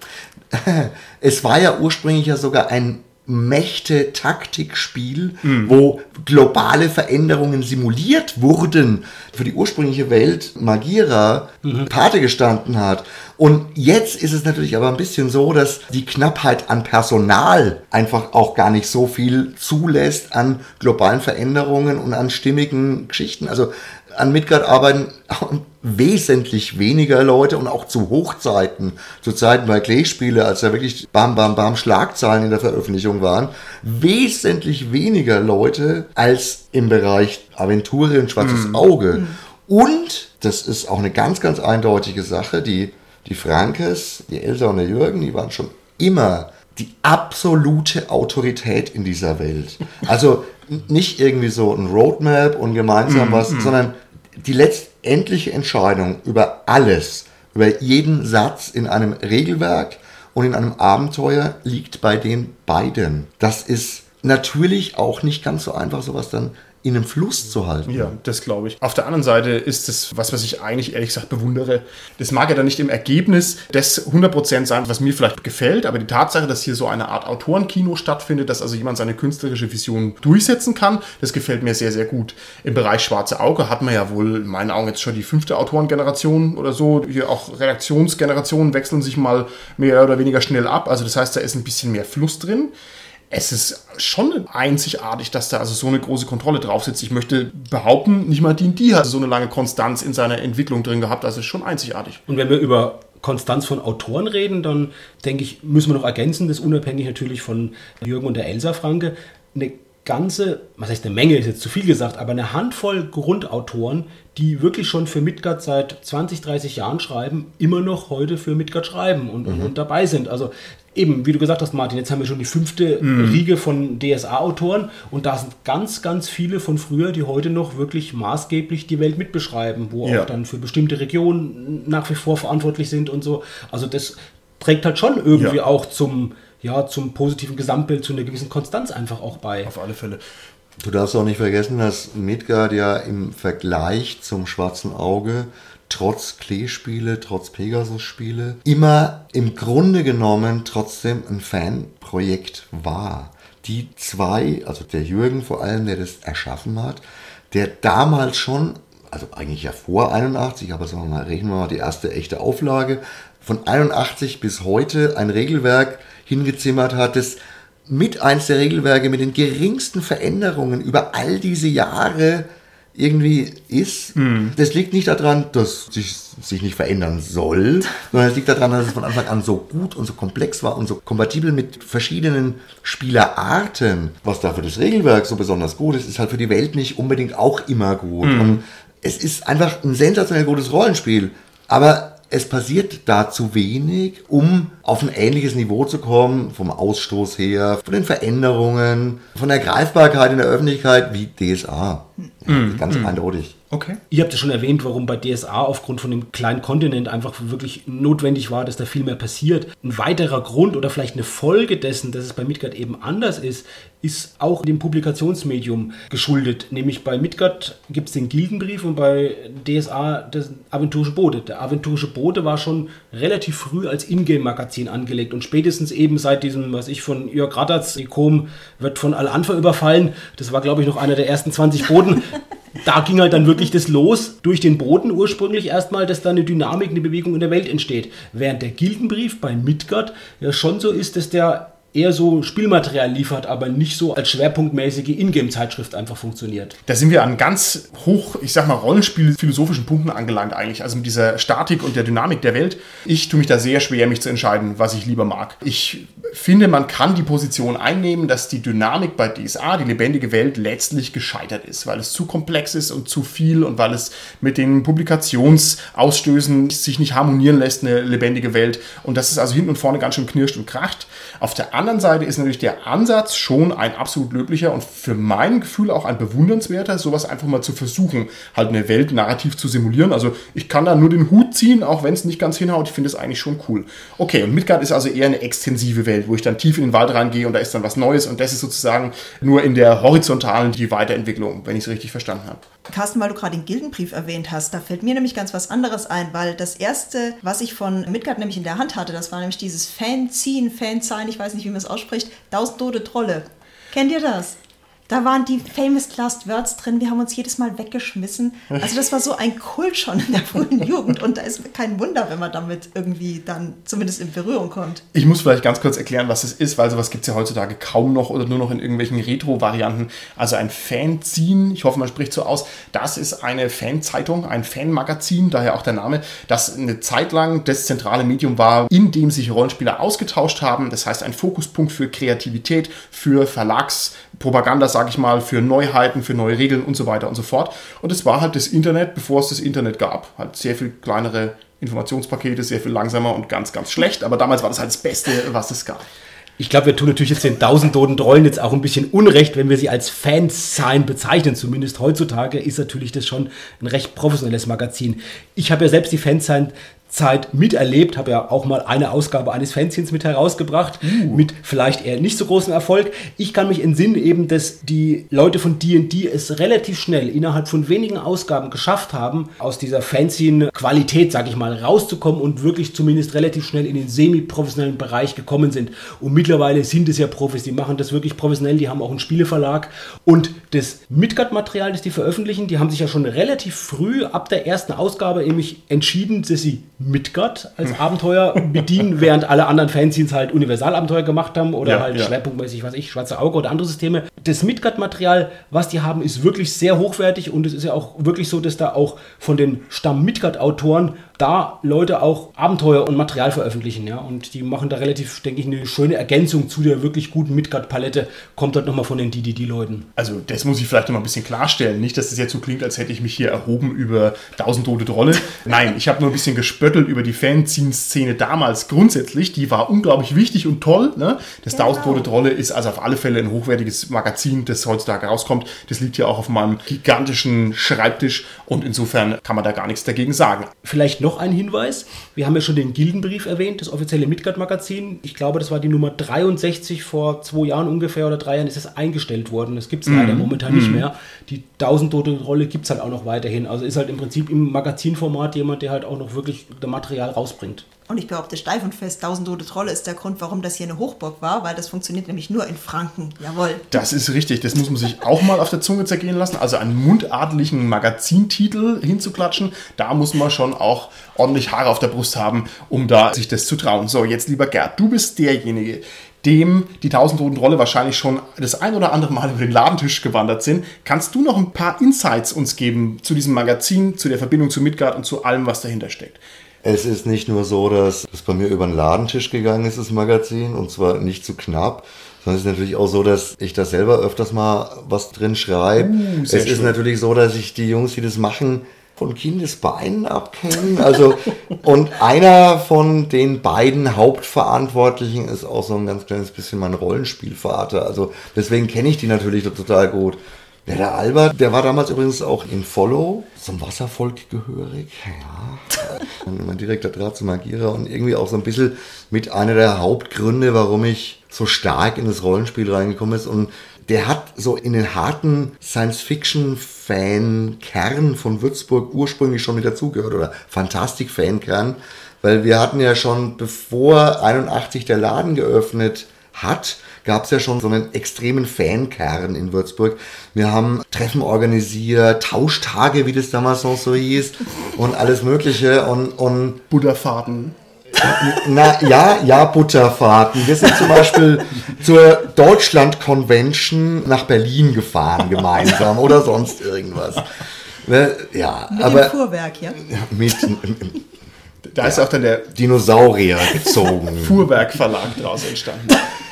Es war ja ursprünglich ja sogar ein Mächte-Taktikspiel, wo globale Veränderungen simuliert wurden, für die ursprüngliche Welt Magira Pate gestanden hat. Und jetzt ist es natürlich aber ein bisschen so, dass die Knappheit an Personal einfach auch gar nicht so viel zulässt an globalen Veränderungen und an stimmigen Geschichten. Also an Midgard arbeiten wesentlich weniger Leute und auch zu Hochzeiten, zu Zeiten bei Klee-Spiele, als da wirklich bam, bam, bam Schlagzeilen in der Veröffentlichung waren, wesentlich weniger Leute als im Bereich Aventurien, Schwarzes Auge. Und, das ist auch eine ganz, ganz eindeutige Sache, die Frankes, die Elsa und der Jürgen, die waren schon immer die absolute Autorität in dieser Welt. Also nicht irgendwie so ein Roadmap und gemeinsam was, sondern die letztendliche Entscheidung über alles, über jeden Satz in einem Regelwerk und in einem Abenteuer liegt bei den beiden. Das ist natürlich auch nicht ganz so einfach, sowas dann in einem Fluss zu halten. Ja, das glaube ich. Auf der anderen Seite ist es was ich eigentlich ehrlich gesagt bewundere. Das mag ja dann nicht im Ergebnis das 100% sein, was mir vielleicht gefällt, aber die Tatsache, dass hier so eine Art Autorenkino stattfindet, dass also jemand seine künstlerische Vision durchsetzen kann, das gefällt mir sehr, sehr gut. Im Bereich Schwarze Auge hat man ja wohl in meinen Augen jetzt schon die 5. Autorengeneration oder so. Hier auch Redaktionsgenerationen wechseln sich mal mehr oder weniger schnell ab. Also das heißt, da ist ein bisschen mehr Fluss drin. Es ist schon einzigartig, dass da also so eine große Kontrolle drauf sitzt. Ich möchte behaupten, nicht mal D&D hat so eine lange Konstanz in seiner Entwicklung drin gehabt. Also ist schon einzigartig. Und wenn wir über Konstanz von Autoren reden, dann denke ich, müssen wir noch ergänzen, das unabhängig natürlich von Jürgen und der Elsa Franke, eine ganze, was heißt eine Menge, ist jetzt zu viel gesagt, aber eine Handvoll Grundautoren, die wirklich schon für Midgard seit 20, 30 Jahren schreiben, immer noch heute für Midgard schreiben und dabei sind. Also eben, wie du gesagt hast, Martin, jetzt haben wir schon die 5. Riege von DSA-Autoren und da sind ganz, ganz viele von früher, die heute noch wirklich maßgeblich die Welt mitbeschreiben, wo auch dann für bestimmte Regionen nach wie vor verantwortlich sind und so. Also das trägt halt schon irgendwie auch zum positiven Gesamtbild, zu einer gewissen Konstanz einfach auch bei. Auf alle Fälle. Du darfst auch nicht vergessen, dass Midgard ja im Vergleich zum Schwarzen Auge trotz Klee-Spiele, trotz Pegasus-Spiele, immer im Grunde genommen trotzdem ein Fanprojekt war. Die zwei, also der Jürgen vor allem, der das erschaffen hat, der damals schon, also eigentlich ja vor 81, aber sagen wir mal, rechnen wir mal die erste echte Auflage, von 81 bis heute ein Regelwerk hingezimmert hat, das mit eins der Regelwerke mit den geringsten Veränderungen über all diese Jahre irgendwie ist. Das liegt nicht daran, dass es sich nicht verändern soll, sondern es liegt daran, dass es von Anfang an so gut und so komplex war und so kompatibel mit verschiedenen Spielerarten. Was da für das Regelwerk so besonders gut ist, ist halt für die Welt nicht unbedingt auch immer gut. Und es ist einfach ein sensationell gutes Rollenspiel. Aber es passiert da zu wenig, um auf ein ähnliches Niveau zu kommen, vom Ausstoß her, von den Veränderungen, von der Greifbarkeit in der Öffentlichkeit wie DSA. Ganz eindeutig. Okay. Ihr habt ja schon erwähnt, warum bei DSA aufgrund von dem kleinen Kontinent einfach wirklich notwendig war, dass da viel mehr passiert. Ein weiterer Grund oder vielleicht eine Folge dessen, dass es bei Midgard eben anders ist auch dem Publikationsmedium geschuldet. Nämlich bei Midgard gibt es den Gildenbrief und bei DSA das Aventurische Bote. Der Aventurische Bote war schon relativ früh als Ingame-Magazin angelegt und spätestens eben seit diesem, von Jörg Radatz, Ikom wird von Al-Anfa überfallen. Das war, glaube ich, noch einer der ersten 20 Boten. Da ging halt dann wirklich das los, durch den Boten ursprünglich erstmal, dass da eine Dynamik, eine Bewegung in der Welt entsteht. Während der Gildenbrief bei Midgard ja schon so ist, dass der eher so Spielmaterial liefert, aber nicht so als schwerpunktmäßige Ingame-Zeitschrift einfach funktioniert. Da sind wir an ganz hoch, ich sag mal, Rollenspiel-philosophischen Punkten angelangt eigentlich, also mit dieser Statik und der Dynamik der Welt. Ich tue mich da sehr schwer, mich zu entscheiden, was ich lieber mag. Ich finde, man kann die Position einnehmen, dass die Dynamik bei DSA, die lebendige Welt, letztlich gescheitert ist, weil es zu komplex ist und zu viel und weil es mit den Publikationsausstößen sich nicht harmonieren lässt, eine lebendige Welt. Und das ist also hinten und vorne ganz schön knirscht und kracht. Auf der anderen Seite ist natürlich der Ansatz schon ein absolut löblicher und für mein Gefühl auch ein bewundernswerter, sowas einfach mal zu versuchen, halt eine Welt narrativ zu simulieren. Also ich kann da nur den Hut ziehen, auch wenn es nicht ganz hinhaut. Ich finde es eigentlich schon cool. Okay, und Midgard ist also eher eine extensive Welt, wo ich dann tief in den Wald reingehe und da ist dann was Neues und das ist sozusagen nur in der horizontalen die Weiterentwicklung, wenn ich es richtig verstanden habe. Carsten, weil du gerade den Gildenbrief erwähnt hast, da fällt mir nämlich ganz was anderes ein, weil das erste, was ich von Midgard nämlich in der Hand hatte, das war nämlich dieses Fanzine, ich weiß nicht, wie man es ausspricht, 1000 tote Trolle. Kennt ihr das? Da waren die Famous Last Words drin, wir haben uns jedes Mal weggeschmissen. Also das war so ein Kult schon in der frühen Jugend und da ist kein Wunder, wenn man damit irgendwie dann zumindest in Berührung kommt. Ich muss vielleicht ganz kurz erklären, was es ist, weil sowas gibt es ja heutzutage kaum noch oder nur noch in irgendwelchen Retro-Varianten. Also ein Fanzine, ich hoffe, man spricht so aus, das ist eine Fanzeitung, ein Fanmagazin, daher auch der Name, das eine Zeit lang das zentrale Medium war, in dem sich Rollenspieler ausgetauscht haben. Das heißt, ein Fokuspunkt für Kreativität, für Verlagspropaganda, sage ich mal, für Neuheiten, für neue Regeln und so weiter und so fort. Und es war halt das Internet, bevor es das Internet gab. Halt sehr viel kleinere Informationspakete, sehr viel langsamer und ganz, ganz schlecht. Aber damals war das halt das Beste, was es gab. Ich glaube, wir tun natürlich jetzt den 1000 toten Trollen jetzt auch ein bisschen Unrecht, wenn wir sie als Fanzine bezeichnen. Zumindest heutzutage ist natürlich das schon ein recht professionelles Magazin. Ich habe ja selbst die Fanzine Zeit miterlebt, habe ja auch mal eine Ausgabe eines Fanzines mit herausgebracht, mit vielleicht eher nicht so großem Erfolg. Ich kann mich entsinnen eben, dass die Leute von D&D es relativ schnell innerhalb von wenigen Ausgaben geschafft haben, aus dieser Fanzine-Qualität, sage ich mal, rauszukommen und wirklich zumindest relativ schnell in den semi-professionellen Bereich gekommen sind. Und mittlerweile sind es ja Profis, die machen das wirklich professionell, die haben auch einen Spieleverlag. Und das Midgard-Material, das die veröffentlichen, die haben sich ja schon relativ früh ab der ersten Ausgabe nämlich entschieden, dass sie Midgard als Abenteuer bedienen, während alle anderen Fanzines halt Universalabenteuer gemacht haben oder schwerpunktmäßig, Schwarze Auge oder andere Systeme. Das Midgard-Material, was die haben, ist wirklich sehr hochwertig und es ist ja auch wirklich so, dass da auch von den Stamm-Midgard-Autoren da Leute auch Abenteuer und Material veröffentlichen, ja, und die machen da relativ, denke ich, eine schöne Ergänzung zu der wirklich guten Midgard-Palette, kommt dort nochmal von den DDD-Leuten. Also das muss ich vielleicht noch mal ein bisschen klarstellen, nicht, dass es jetzt so klingt, als hätte ich mich hier erhoben über 1000 tote Trolle. Nein, ich habe nur ein bisschen gespöttelt über die Fanzine-Szene damals grundsätzlich, die war unglaublich wichtig und toll, ne? Das 1000 tote Trolle ist also auf alle Fälle ein hochwertiges Magazin, das heutzutage rauskommt, das liegt ja auch auf meinem gigantischen Schreibtisch und insofern kann man da gar nichts dagegen sagen. Vielleicht noch ein Hinweis. Wir haben ja schon den Gildenbrief erwähnt, das offizielle Midgard-Magazin. Ich glaube, das war die Nummer 63 vor 2 Jahren ungefähr oder 3 Jahren ist das eingestellt worden. Das gibt es leider momentan nicht mehr. Die 1000 tote Rolle gibt es halt auch noch weiterhin. Also ist halt im Prinzip im Magazinformat jemand, der halt auch noch wirklich das Material rausbringt. Und ich behaupte steif und fest, 1000 tote Trolle ist der Grund, warum das hier eine Hochburg war, weil das funktioniert nämlich nur in Franken. Jawohl. Das ist richtig, das muss man sich auch mal auf der Zunge zergehen lassen. Also einen mundartlichen Magazintitel hinzuklatschen, da muss man schon auch ordentlich Haare auf der Brust haben, um da sich das zu trauen. So, jetzt lieber Gerd, du bist derjenige, dem die 1000 toten Trolle wahrscheinlich schon das ein oder andere Mal über den Ladentisch gewandert sind. Kannst du noch ein paar Insights uns geben zu diesem Magazin, zu der Verbindung zu Midgard und zu allem, was dahinter steckt? Es ist nicht nur so, dass es bei mir über den Ladentisch gegangen ist, das Magazin, und zwar nicht zu knapp, sondern es ist natürlich auch so, dass ich da selber öfters mal was drin schreibe. Es ist natürlich so, dass ich die Jungs, die das machen, von Kindesbeinen abkennen. Also, und einer von den beiden Hauptverantwortlichen ist auch so ein ganz kleines bisschen mein Rollenspielvater. Also deswegen kenne ich die natürlich total gut. Ja, der Albert, der war damals übrigens auch in Follow, zum Wasservolk gehörig. Ja, mein direkter Draht zum Magierer und irgendwie auch so ein bisschen mit einer der Hauptgründe, warum ich so stark in das Rollenspiel reingekommen ist. Und der hat so in den harten Science-Fiction-Fan-Kern von Würzburg ursprünglich schon mit dazugehört oder Fantastik-Fan-Kern, weil wir hatten ja schon, bevor 81 der Laden geöffnet hat, gab es ja schon so einen extremen Fankern in Würzburg. Wir haben Treffen organisiert, Tauschtage, wie das damals noch so hieß, und alles Mögliche und Butterfahrten. Butterfahrten. Wir sind zum Beispiel zur Deutschland-Convention nach Berlin gefahren gemeinsam oder sonst irgendwas. Ja, mit aber dem Fuhrwerk, ja? Da ist auch dann der Dinosaurier gezogen. Fuhrwerk-Verlag draus entstanden.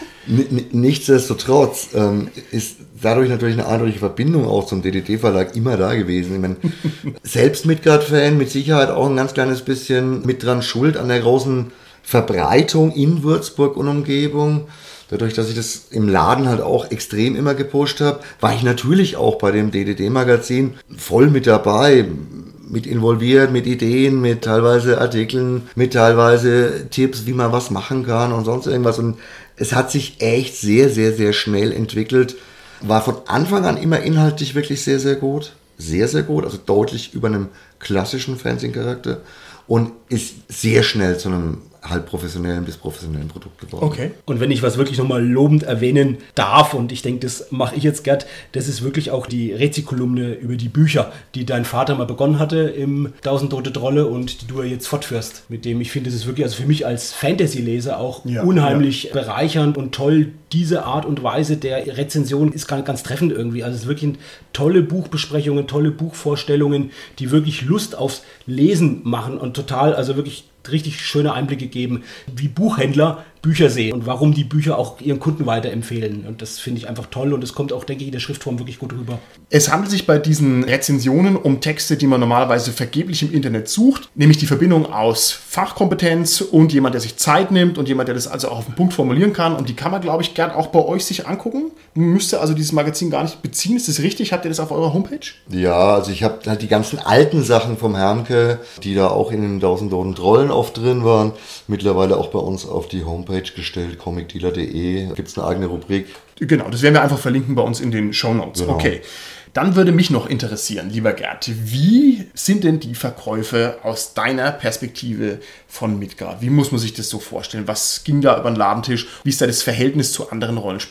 Nichtsdestotrotz ist dadurch natürlich eine eindeutige Verbindung auch zum DDD-Verlag immer da gewesen. Ich meine, selbst Midgard-Fan mit Sicherheit auch ein ganz kleines bisschen mit dran schuld an der großen Verbreitung in Würzburg und Umgebung. Dadurch, dass ich das im Laden halt auch extrem immer gepusht habe, war ich natürlich auch bei dem DDD-Magazin voll mit dabei, mit involviert, mit Ideen, mit teilweise Artikeln, mit teilweise Tipps, wie man was machen kann und sonst irgendwas. Und es hat sich echt sehr, sehr, sehr schnell entwickelt. War von Anfang an immer inhaltlich wirklich sehr, sehr gut. Sehr, sehr gut. Also deutlich über einem klassischen Fanzine-Charakter. Und ist sehr schnell zu einem halb professionellen bis professionellen Produkt geworden. Okay. Und wenn ich was wirklich nochmal lobend erwähnen darf, und ich denke, das mache ich jetzt, Gerd, das ist wirklich auch die Rezi-Kolumne über die Bücher, die dein Vater mal begonnen hatte im 1000 tote Trolle und die du ja jetzt fortführst. Mit dem, ich finde, das ist wirklich, also für mich als Fantasy-Leser auch unheimlich bereichernd und toll. Diese Art und Weise der Rezension ist ganz treffend irgendwie. Also es ist wirklich tolle Buchbesprechungen, tolle Buchvorstellungen, die wirklich Lust aufs Lesen machen und total, also wirklich richtig schöne Einblicke geben, wie Buchhändler Bücher sehen und warum die Bücher auch ihren Kunden weiterempfehlen. Und das finde ich einfach toll und es kommt auch, denke ich, in der Schriftform wirklich gut rüber. Es handelt sich bei diesen Rezensionen um Texte, die man normalerweise vergeblich im Internet sucht, nämlich die Verbindung aus Fachkompetenz und jemand, der sich Zeit nimmt und jemand, der das also auch auf den Punkt formulieren kann. Und die kann man, glaube ich, gern auch bei euch sich angucken. Man müsste also dieses Magazin gar nicht beziehen. Ist das richtig? Habt ihr das auf eurer Homepage? Ja, also ich habe halt die ganzen alten Sachen vom Hermke, die da auch in den 1000 toten Trollen oft drin waren, mittlerweile auch bei uns auf die Homepage gestellt, comicdealer.de. Gibt es eine eigene Rubrik. Genau, das werden wir einfach verlinken bei uns in den Shownotes. Genau. Okay. Dann würde mich noch interessieren, lieber Gerd, wie sind denn die Verkäufe aus deiner Perspektive von Midgard? Wie muss man sich das so vorstellen? Was ging da über den Ladentisch? Wie ist da das Verhältnis zu anderen Rollenspielen?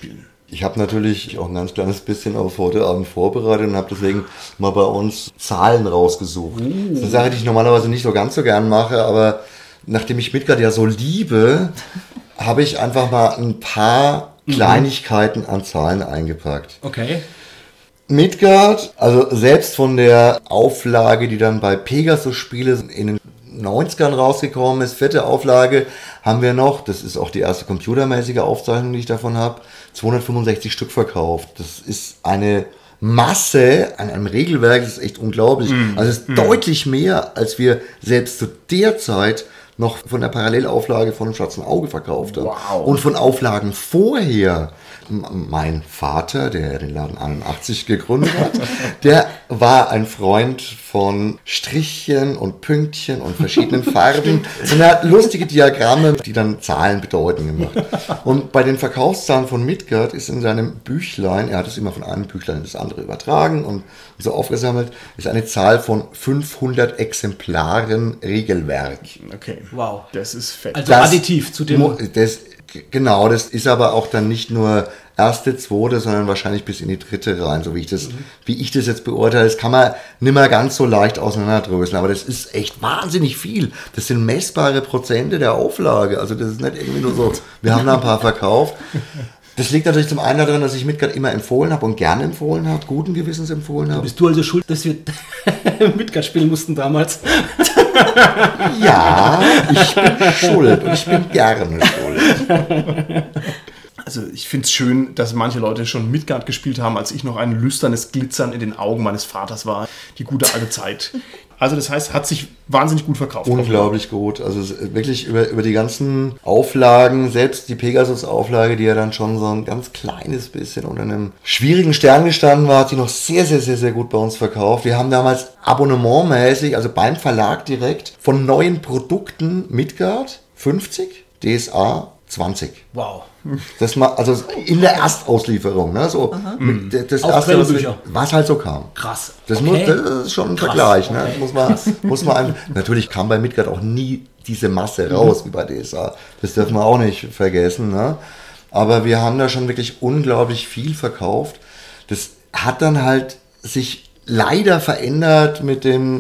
Ich habe natürlich auch ein ganz kleines bisschen auf heute Abend vorbereitet und habe deswegen mal bei uns Zahlen rausgesucht. Das ist eine Sache, die ich normalerweise nicht so ganz so gern mache, aber nachdem ich Midgard ja so liebe, habe ich einfach mal ein paar Kleinigkeiten an Zahlen eingepackt. Okay. Midgard, also selbst von der Auflage, die dann bei Pegasus-Spiele in den 90ern rausgekommen ist, 4. Auflage, haben wir noch, das ist auch die erste computermäßige Aufzeichnung, die ich davon habe, 265 Stück verkauft. Das ist eine Masse an einem Regelwerk, das ist echt unglaublich. Also es ist deutlich mehr, als wir selbst zu der Zeit noch von der Parallelauflage von Schwarzen Auge verkauft haben. Wow. Und von Auflagen vorher. Mein Vater, der den Laden 81 gegründet hat, der war ein Freund von Strichchen und Pünktchen und verschiedenen Farben. Und er hat lustige Diagramme, die dann Zahlen bedeuten, gemacht. Und bei den Verkaufszahlen von Midgard ist in seinem Büchlein, er hat es immer von einem Büchlein in das andere übertragen und so aufgesammelt, ist eine Zahl von 500 Exemplaren Regelwerk. Okay. Wow. Das ist fett. Also additiv zu dem... Genau, das ist aber auch dann nicht nur erste, zweite, sondern wahrscheinlich bis in die dritte rein, so wie ich das jetzt beurteile. Das kann man nicht mehr ganz so leicht auseinanderdröseln, aber das ist echt wahnsinnig viel. Das sind messbare Prozente der Auflage. Also das ist nicht irgendwie nur so, wir haben da ein paar verkauft. Das liegt natürlich zum einen daran, dass ich Midgard immer empfohlen habe und gerne empfohlen habe, guten Gewissens empfohlen habe. Bist du also schuld, dass wir Midgard spielen mussten damals? Ja, ich bin schuld und ich bin gerne schuld. Also ich finde es schön, dass manche Leute schon Midgard gespielt haben, als ich noch ein lüsternes Glitzern in den Augen meines Vaters war. Die gute alte Zeit. Also das heißt, hat sich wahnsinnig gut verkauft. Unglaublich gut. Also wirklich über die ganzen Auflagen, selbst die Pegasus-Auflage, die ja dann schon so ein ganz kleines bisschen unter einem schwierigen Stern gestanden war, hat die noch sehr, sehr, sehr, sehr gut bei uns verkauft. Wir haben damals abonnementmäßig, also beim Verlag direkt, von neuen Produkten Midgard 50, DSA 20. Wow. Das mal, also in der Erstauslieferung, ne? So das Auch erste, was halt so kam. Krass. Das Okay. ist schon ein Vergleich, ne? Muss man natürlich kam bei Midgard auch nie diese Masse raus wie bei DSA. Das dürfen wir auch nicht vergessen, ne? Aber wir haben da schon wirklich unglaublich viel verkauft. Das hat dann halt sich leider verändert mit dem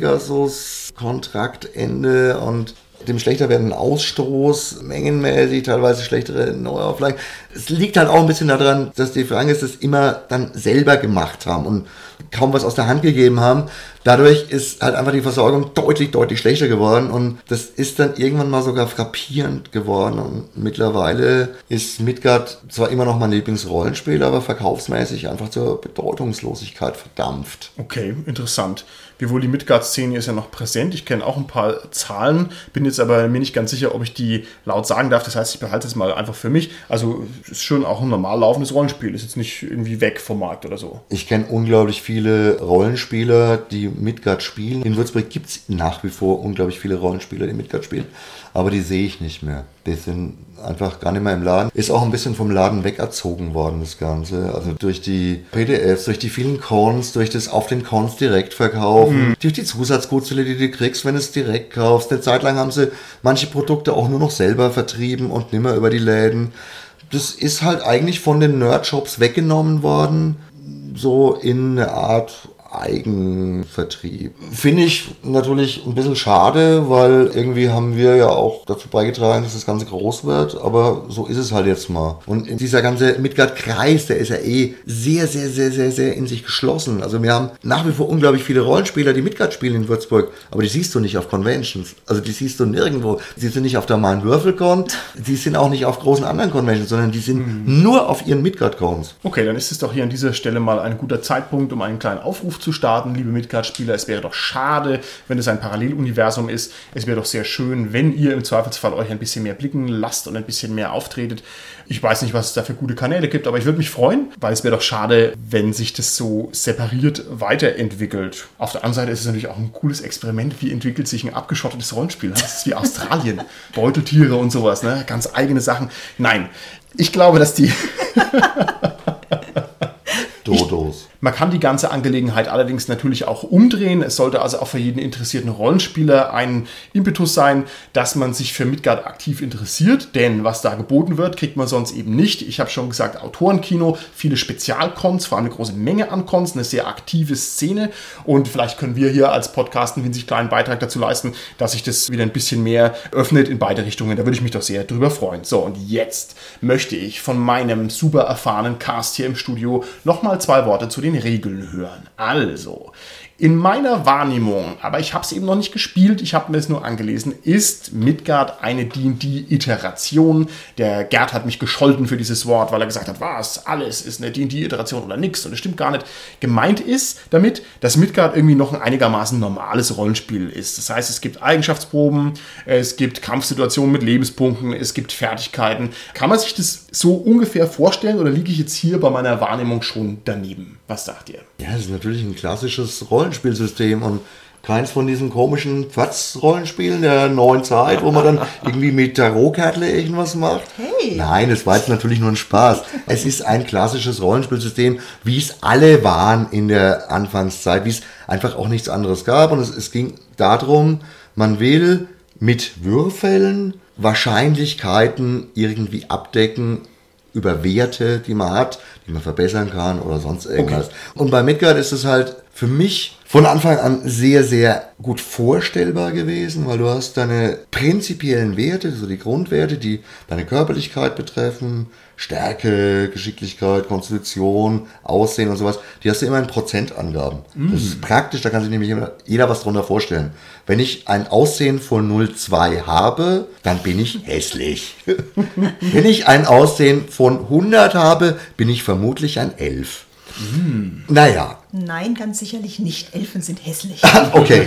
Pegasus-Kontraktende und dem schlechter werdenden Ausstoß, mengenmäßig, teilweise schlechtere Neuauflagen. Es liegt halt auch ein bisschen daran, dass die Franges das immer dann selber gemacht haben und kaum was aus der Hand gegeben haben. Dadurch ist halt einfach die Versorgung deutlich, deutlich schlechter geworden und das ist dann irgendwann mal sogar frappierend geworden und mittlerweile ist Midgard zwar immer noch mein Lieblingsrollenspiel, aber verkaufsmäßig einfach zur Bedeutungslosigkeit verdampft. Okay, interessant. Wiewohl die Midgard-Szene ist ja noch präsent. Ich kenne auch ein paar Zahlen, bin jetzt aber mir nicht ganz sicher, ob ich die laut sagen darf. Das heißt, ich behalte es mal einfach für mich. Also ist schon auch ein normal laufendes Rollenspiel. Ist jetzt nicht irgendwie weg vom Markt oder so. Ich kenne unglaublich viele Rollenspieler, die Midgard spielen. In Würzburg gibt es nach wie vor unglaublich viele Rollenspieler, die Midgard spielen. Aber die sehe ich nicht mehr. Die sind einfach gar nicht mehr im Laden. Ist auch ein bisschen vom Laden wegerzogen worden, das Ganze. Also durch die PDFs, durch die vielen Cons, durch das auf den Cons direkt verkaufen, durch die Zusatzgutzeile, die du kriegst, wenn du es direkt kaufst. Eine Zeit lang haben sie manche Produkte auch nur noch selber vertrieben und nicht mehr über die Läden. Das ist halt eigentlich von den Nerdshops weggenommen worden, so in eine Art Eigenvertrieb. Finde ich natürlich ein bisschen schade, weil irgendwie haben wir ja auch dazu beigetragen, dass das Ganze groß wird, aber so ist es halt jetzt mal. Und in dieser ganze Midgard-Kreis, der ist ja sehr, sehr, sehr, sehr, sehr in sich geschlossen. Also wir haben nach wie vor unglaublich viele Rollenspieler, die Midgard spielen in Würzburg, aber die siehst du nicht auf Conventions. Also die siehst du nirgendwo. Die sind nicht auf der Main Würfelcon, die sind auch nicht auf großen anderen Conventions, sondern die sind nur auf ihren Midgard-Cons. Okay, dann ist es doch hier an dieser Stelle mal ein guter Zeitpunkt, um einen kleinen Aufruf zu starten, liebe Midgard-Spieler. Es wäre doch schade, wenn es ein Paralleluniversum ist. Es wäre doch sehr schön, wenn ihr im Zweifelsfall euch ein bisschen mehr blicken lasst und ein bisschen mehr auftretet. Ich weiß nicht, was es da für gute Kanäle gibt, aber ich würde mich freuen, weil es wäre doch schade, wenn sich das so separiert weiterentwickelt. Auf der anderen Seite ist es natürlich auch ein cooles Experiment. Wie entwickelt sich ein abgeschottetes Rollenspiel? Das ist wie Australien. Beuteltiere und sowas, ne? Ganz eigene Sachen. Nein, ich glaube, dass die... Todos. Man kann die ganze Angelegenheit allerdings natürlich auch umdrehen. Es sollte also auch für jeden interessierten Rollenspieler ein Impetus sein, dass man sich für Midgard aktiv interessiert. Denn was da geboten wird, kriegt man sonst eben nicht. Ich habe schon gesagt, Autorenkino, viele Spezialcons, vor allem eine große Menge an Cons, eine sehr aktive Szene. Und vielleicht können wir hier als Podcast einen winzig kleinen Beitrag dazu leisten, dass sich das wieder ein bisschen mehr öffnet in beide Richtungen. Da würde ich mich doch sehr drüber freuen. So, und jetzt möchte ich von meinem super erfahrenen Cast hier im Studio nochmal 2 Worte zu den Regeln hören. Also, in meiner Wahrnehmung, aber ich habe es eben noch nicht gespielt, ich habe mir es nur angelesen, ist Midgard eine D&D-Iteration. Der Gerd hat mich gescholten für dieses Wort, weil er gesagt hat, was, alles ist eine D&D-Iteration oder nix. Und das stimmt gar nicht. Gemeint ist damit, dass Midgard irgendwie noch ein einigermaßen normales Rollenspiel ist. Das heißt, es gibt Eigenschaftsproben, es gibt Kampfsituationen mit Lebenspunkten, es gibt Fertigkeiten. Kann man sich das so ungefähr vorstellen oder liege ich jetzt hier bei meiner Wahrnehmung schon daneben? Was sagt ihr? Ja, es ist natürlich ein klassisches Rollenspielsystem und keins von diesen komischen Quatsch-Rollenspielen der neuen Zeit, wo man dann irgendwie mit Tarotkärtle irgendwas macht. Hey. Nein, es war jetzt natürlich nur ein Spaß. Es ist ein klassisches Rollenspielsystem, wie es alle waren in der Anfangszeit, wie es einfach auch nichts anderes gab. Und es ging darum, man will mit Würfeln Wahrscheinlichkeiten irgendwie abdecken über Werte, die man hat, die man verbessern kann oder sonst irgendwas. Okay. Und bei Midgard ist es halt für mich von Anfang an sehr, sehr gut vorstellbar gewesen, weil du hast deine prinzipiellen Werte, so die Grundwerte, die deine Körperlichkeit betreffen, Stärke, Geschicklichkeit, Konstitution, Aussehen und sowas, die hast du immer in Prozentangaben. Das ist praktisch, da kann sich nämlich jeder was drunter vorstellen. Wenn ich ein Aussehen von 0,2 habe, dann bin ich hässlich. Wenn ich ein Aussehen von 100 habe, bin ich vermutlich ein Elf. Naja. Nein, ganz sicherlich nicht. Elfen sind hässlich. Okay,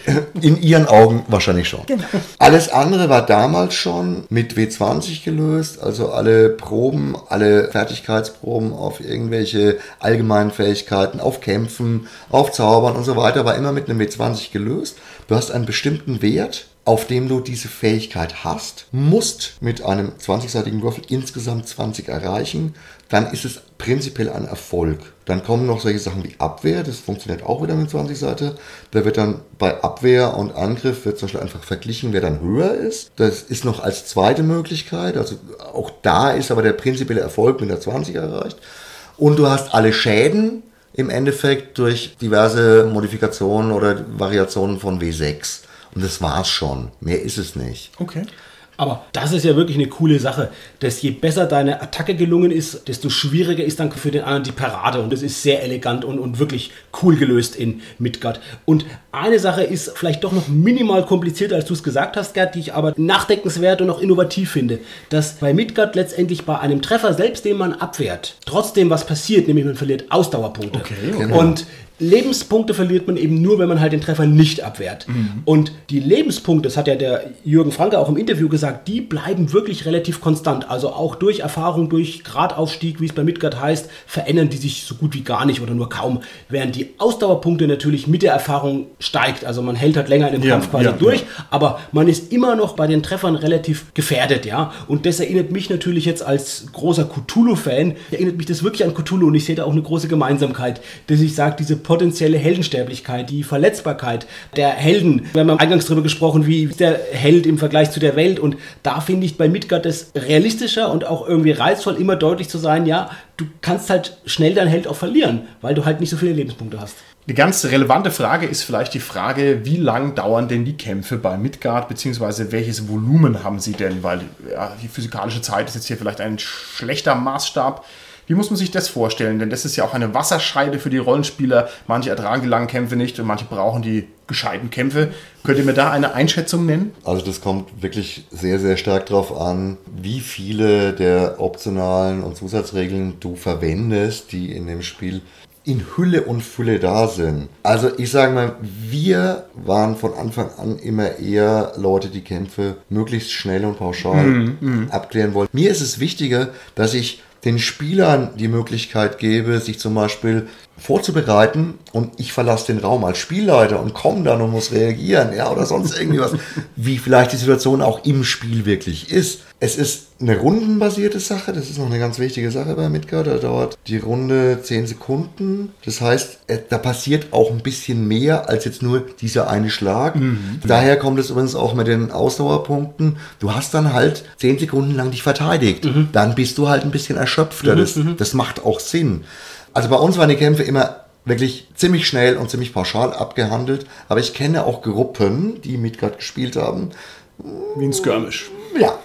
in ihren Augen wahrscheinlich schon. Genau. Alles andere war damals schon mit W20 gelöst, also alle Proben, alle Fertigkeitsproben auf irgendwelche allgemeinen Fähigkeiten, auf Kämpfen, auf Zaubern und so weiter, war immer mit einem W20 gelöst. Du hast einen bestimmten Wert, auf dem du diese Fähigkeit hast, musst mit einem 20-seitigen Würfel insgesamt 20 erreichen, dann ist es prinzipiell ein Erfolg. Dann kommen noch solche Sachen wie Abwehr, das funktioniert auch wieder mit 20 Seiten. Da wird dann bei Abwehr und Angriff wird zum Beispiel einfach verglichen, wer dann höher ist. Das ist noch als zweite Möglichkeit, also auch da ist aber der prinzipielle Erfolg mit der 20 erreicht. Und du hast alle Schäden im Endeffekt durch diverse Modifikationen oder Variationen von W6. Und das war's schon. Mehr ist es nicht. Okay. Aber das ist ja wirklich eine coole Sache, dass je besser deine Attacke gelungen ist, desto schwieriger ist dann für den anderen die Parade. Und das ist sehr elegant und wirklich cool gelöst in Midgard. Und eine Sache ist vielleicht doch noch minimal komplizierter, als du es gesagt hast, Gerd, die ich aber nachdenkenswert und auch innovativ finde. Dass bei Midgard letztendlich bei einem Treffer, selbst den man abwehrt, trotzdem was passiert, nämlich man verliert Ausdauerpunkte. Okay. Und Lebenspunkte verliert man eben nur, wenn man halt den Treffer nicht abwehrt. Und die Lebenspunkte, das hat ja der Jürgen Franke auch im Interview gesagt, die bleiben wirklich relativ konstant. Also auch durch Erfahrung, durch Gradaufstieg, wie es bei Midgard heißt, verändern die sich so gut wie gar nicht oder nur kaum. Während die Ausdauerpunkte natürlich mit der Erfahrung steigt. Also man hält halt länger in dem Kampf quasi durch, aber man ist immer noch bei den Treffern relativ gefährdet, ja. Und das erinnert mich natürlich jetzt als großer Cthulhu-Fan, erinnert mich das wirklich an Cthulhu und ich sehe da auch eine große Gemeinsamkeit, dass ich sage, diese potenzielle Heldensterblichkeit, die Verletzbarkeit der Helden. Wir haben eingangs darüber gesprochen, wie ist der Held im Vergleich zu der Welt und da finde ich bei Midgard das realistischer und auch irgendwie reizvoll, immer deutlich zu sein, ja, du kannst halt schnell deinen Held auch verlieren, weil du halt nicht so viele Lebenspunkte hast. Eine ganz relevante Frage ist vielleicht die Frage, wie lang dauern denn die Kämpfe bei Midgard, beziehungsweise welches Volumen haben sie denn, weil ja, die physikalische Zeit ist jetzt hier vielleicht ein schlechter Maßstab. Wie muss man sich das vorstellen? Denn das ist ja auch eine Wasserscheide für die Rollenspieler. Manche ertragen die langen Kämpfe nicht und manche brauchen die gescheiten Kämpfe. Könnt ihr mir da eine Einschätzung nennen? Also das kommt wirklich sehr, sehr stark darauf an, wie viele der optionalen und Zusatzregeln du verwendest, die in dem Spiel in Hülle und Fülle da sind. Also ich sage mal, wir waren von Anfang an immer eher Leute, die Kämpfe möglichst schnell und pauschal abklären wollen. Mir ist es wichtiger, dass ich den Spielern die Möglichkeit gebe, sich zum Beispiel vorzubereiten und ich verlasse den Raum als Spielleiter und komme dann und muss reagieren, ja, oder sonst irgendwie was, wie vielleicht die Situation auch im Spiel wirklich ist. Es ist eine rundenbasierte Sache, das ist noch eine ganz wichtige Sache bei Midgard, da dauert die Runde 10 Sekunden, das heißt, da passiert auch ein bisschen mehr als jetzt nur dieser eine Schlag. Daher kommt es übrigens auch mit den Ausdauerpunkten, du hast dann halt 10 Sekunden lang dich verteidigt, dann bist du halt ein bisschen erschöpfter, das macht auch Sinn. Also bei uns waren die Kämpfe immer wirklich ziemlich schnell und ziemlich pauschal abgehandelt, aber ich kenne auch Gruppen, die Midgard gespielt haben. Wie ein Skirmish. Ja.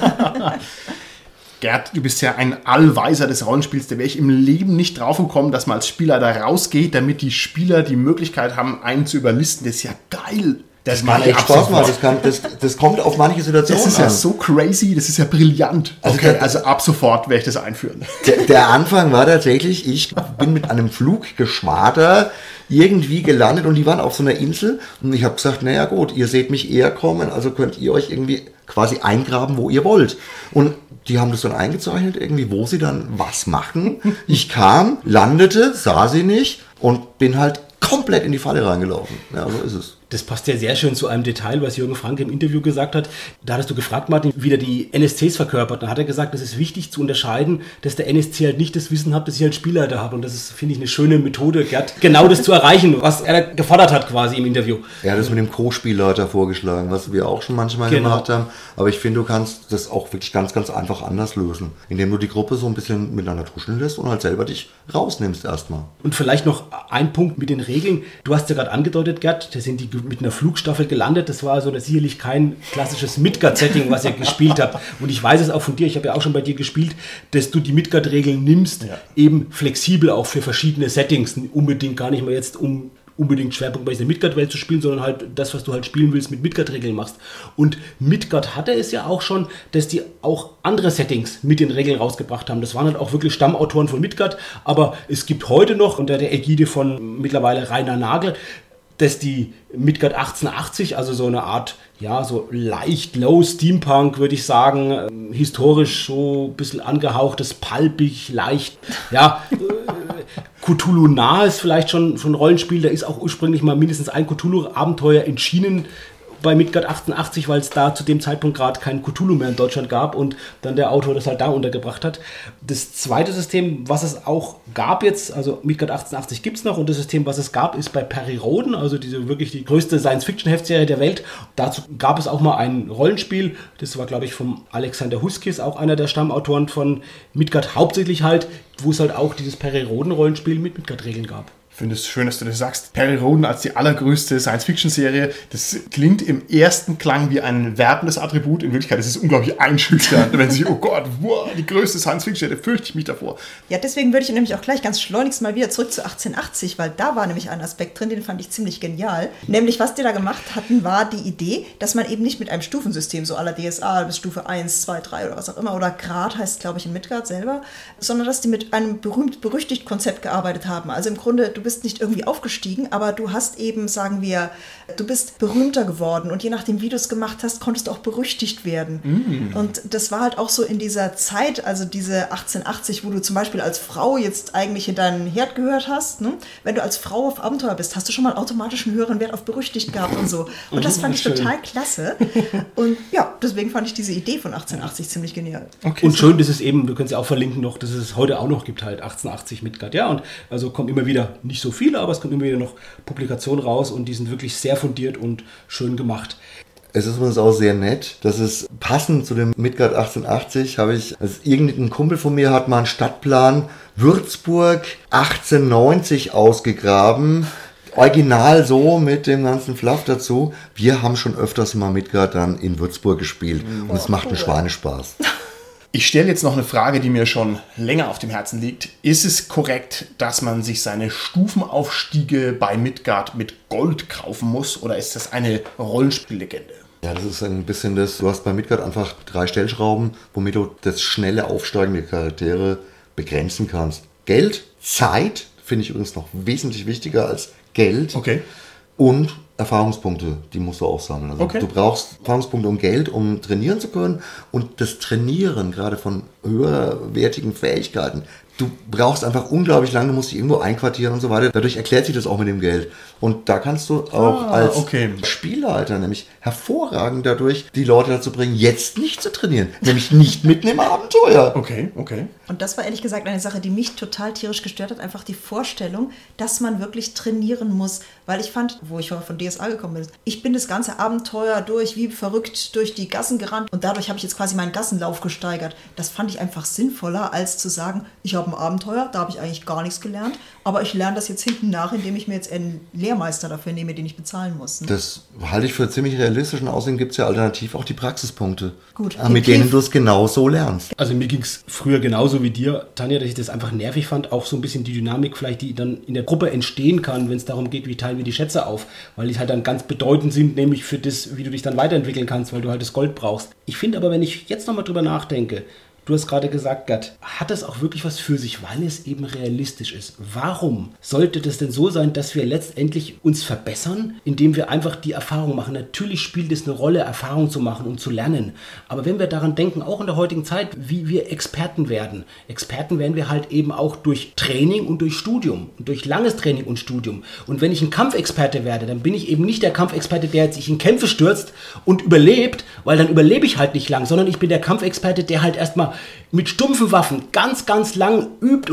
Gerd, du bist ja ein Allweiser des Rollenspiels. Da wäre ich im Leben nicht drauf gekommen, dass man als Spieler da rausgeht, damit die Spieler die Möglichkeit haben, einen zu überlisten. Das ist ja geil. Das kann echt Spaß machen. Das kommt auf manche Situationen an. Das ist ja so crazy, das ist ja brillant. Okay, also ab sofort werde ich das einführen. Der Anfang war tatsächlich, ich bin mit einem Fluggeschwader irgendwie gelandet und die waren auf so einer Insel und ich habe gesagt, naja gut, ihr seht mich eher kommen, also könnt ihr euch irgendwie quasi eingraben, wo ihr wollt. Und die haben das dann eingezeichnet, irgendwie, wo sie dann was machen. Ich kam, landete, sah sie nicht und bin halt komplett in die Falle reingelaufen. Ja, so ist es. Das passt ja sehr schön zu einem Detail, was Jürgen Frank im Interview gesagt hat. Da hattest du gefragt, Martin, wie der die NSCs verkörpert. Da hat er gesagt, es ist wichtig zu unterscheiden, dass der NSC halt nicht das Wissen hat, das ich als Spielleiter habe. Und das ist, finde ich, eine schöne Methode, Gerd, genau das zu erreichen, was er gefordert hat quasi im Interview. Er hat das mit dem Co-Spielleiter vorgeschlagen, was wir auch schon manchmal gemacht haben. Aber ich finde, du kannst das auch wirklich ganz, ganz einfach anders lösen, indem du die Gruppe so ein bisschen miteinander tuscheln lässt und halt selber dich rausnimmst erstmal. Und vielleicht noch ein Punkt mit den Regeln. Du hast ja gerade angedeutet, Gerd, da sind die mit einer Flugstaffel gelandet. Das war also sicherlich kein klassisches Midgard-Setting, was ihr gespielt habt. Und ich weiß es auch von dir, ich habe ja auch schon bei dir gespielt, dass du die Midgard-Regeln nimmst, eben flexibel auch für verschiedene Settings. Unbedingt gar nicht mal jetzt unbedingt schwerpunktmäßig in der Midgard-Welt zu spielen, sondern halt das, was du halt spielen willst, mit Midgard-Regeln machst. Und Midgard hatte es ja auch schon, dass die auch andere Settings mit den Regeln rausgebracht haben. Das waren halt auch wirklich Stammautoren von Midgard, aber es gibt heute noch unter der Ägide von mittlerweile Rainer Nagel, dass die Midgard 1880, also so eine Art, ja, so leicht low Steampunk, würde ich sagen, historisch so ein bisschen angehauchtes, palpig, leicht, ja, Cthulhu-nahes vielleicht schon ein Rollenspiel. Da ist auch ursprünglich mal mindestens ein Cthulhu-Abenteuer erschienen bei Midgard 1880, weil es da zu dem Zeitpunkt gerade kein Cthulhu mehr in Deutschland gab und dann der Autor das halt da untergebracht hat. Das zweite System, was es auch gab jetzt, also Midgard 1880 gibt es noch und das System, was es gab, ist bei Perry Rhodan, also diese wirklich die größte Science-Fiction-Heftserie der Welt. Dazu gab es auch mal ein Rollenspiel, das war glaube ich vom Alexander Huskis, auch einer der Stammautoren von Midgard, hauptsächlich halt, wo es halt auch dieses Perry Rhodan-Rollenspiel mit Midgard-Regeln gab. Ich finde es schön, dass du das sagst. Perry Rhodan als die allergrößte Science-Fiction-Serie, das klingt im ersten Klang wie ein wertendes Attribut. In Wirklichkeit ist es unglaublich einschüchternd, wenn sich, oh Gott, wow, die größte Science-Fiction-Serie, fürchte ich mich davor. Ja, deswegen würde ich nämlich auch gleich ganz schleunigst mal wieder zurück zu 1880, weil da war nämlich ein Aspekt drin, den fand ich ziemlich genial. Nämlich, was die da gemacht hatten, war die Idee, dass man eben nicht mit einem Stufensystem, so à la DSA bis Stufe 1, 2, 3 oder was auch immer, oder Grad heißt, glaube ich, in Midgard selber, sondern dass die mit einem berühmt-berüchtigt Konzept gearbeitet haben. Also im Grunde, du bist nicht irgendwie aufgestiegen, aber du hast eben, sagen wir, du bist berühmter geworden und je nachdem, wie du es gemacht hast, konntest du auch berüchtigt werden. Und das war halt auch so in dieser Zeit, also diese 1880, wo du zum Beispiel als Frau jetzt eigentlich in deinen Herd gehört hast, ne? Wenn du als Frau auf Abenteuer bist, hast du schon mal automatisch einen höheren Wert auf berüchtigt gehabt und so. Und das fand ich total klasse. Und ja, deswegen fand ich diese Idee von 1880 ziemlich genial. Okay, und schön, dass es eben, du kannst ja auch verlinken noch, dass es heute auch noch gibt, halt 1880 Midgard, ja, und also kommt immer wieder nicht so viel, aber es kommt immer wieder noch Publikationen raus und die sind wirklich sehr fundiert und schön gemacht. Es ist übrigens auch sehr nett, dass es passend zu dem Midgard 1880 habe ich, also irgendein Kumpel von mir hat mal einen Stadtplan Würzburg 1890 ausgegraben. Original so mit dem ganzen Fluff dazu. Wir haben schon öfters mal Midgard dann in Würzburg gespielt und es macht einen Schweinespaß. Ich stelle jetzt noch eine Frage, die mir schon länger auf dem Herzen liegt. Ist es korrekt, dass man sich seine Stufenaufstiege bei Midgard mit Gold kaufen muss oder ist das eine Rollenspiellegende? Ja, das ist ein bisschen das, du hast bei Midgard einfach 3 Stellschrauben, womit du das schnelle Aufsteigen der Charaktere begrenzen kannst. Geld, Zeit, finde ich übrigens noch wesentlich wichtiger als Geld. Okay. Und Erfahrungspunkte, die musst du auch sammeln. Also okay. Du brauchst Erfahrungspunkte und Geld, um trainieren zu können. Und das Trainieren gerade von höherwertigen Fähigkeiten. Du brauchst einfach unglaublich lange, du musst dich irgendwo einquartieren und so weiter. Dadurch erklärt sich das auch mit dem Geld. Und da kannst du auch als Spielleiter nämlich hervorragend dadurch die Leute dazu bringen, jetzt nicht zu trainieren. Nämlich nicht mitten im Abenteuer. Okay. Und das war ehrlich gesagt eine Sache, die mich total tierisch gestört hat. Einfach die Vorstellung, dass man wirklich trainieren muss. Weil ich fand, wo ich von DSA gekommen bin, ich bin das ganze Abenteuer durch, wie verrückt durch die Gassen gerannt. Und dadurch habe ich jetzt quasi meinen Gassenlauf gesteigert. Das fand ich einfach sinnvoller, als zu sagen, ich habe ein Abenteuer, da habe ich eigentlich gar nichts gelernt. Aber ich lerne das jetzt hinten nach, indem ich mir jetzt einen Lehrmeister dafür nehme, den ich bezahlen muss. Ne? Das halte ich für ziemlich realistisch. Und außerdem gibt es ja alternativ auch die Praxispunkte. Gut. Mit denen du es genauso lernst. Also mir ging es früher genauso wie dir, Tanja, dass ich das einfach nervig fand. Auch so ein bisschen die Dynamik vielleicht, die dann in der Gruppe entstehen kann, wenn es darum geht, wie teilen wir die Schätze auf. Weil die halt dann ganz bedeutend sind, nämlich für das, wie du dich dann weiterentwickeln kannst, weil du halt das Gold brauchst. Ich finde aber, wenn ich jetzt nochmal drüber nachdenke, du hast gerade gesagt, Gerd, hat das auch wirklich was für sich, weil es eben realistisch ist. Warum sollte das denn so sein, dass wir letztendlich uns verbessern, indem wir einfach die Erfahrung machen? Natürlich spielt es eine Rolle, Erfahrung zu machen und zu lernen. Aber wenn wir daran denken, auch in der heutigen Zeit, wie wir Experten werden wir halt eben auch durch Training und durch Studium und durch langes Training und Studium. Und wenn ich ein Kampfexperte werde, dann bin ich eben nicht der Kampfexperte, der sich in Kämpfe stürzt und überlebt, weil dann überlebe ich halt nicht lang, sondern ich bin der Kampfexperte, der halt erstmal mit stumpfen Waffen ganz, ganz lang übt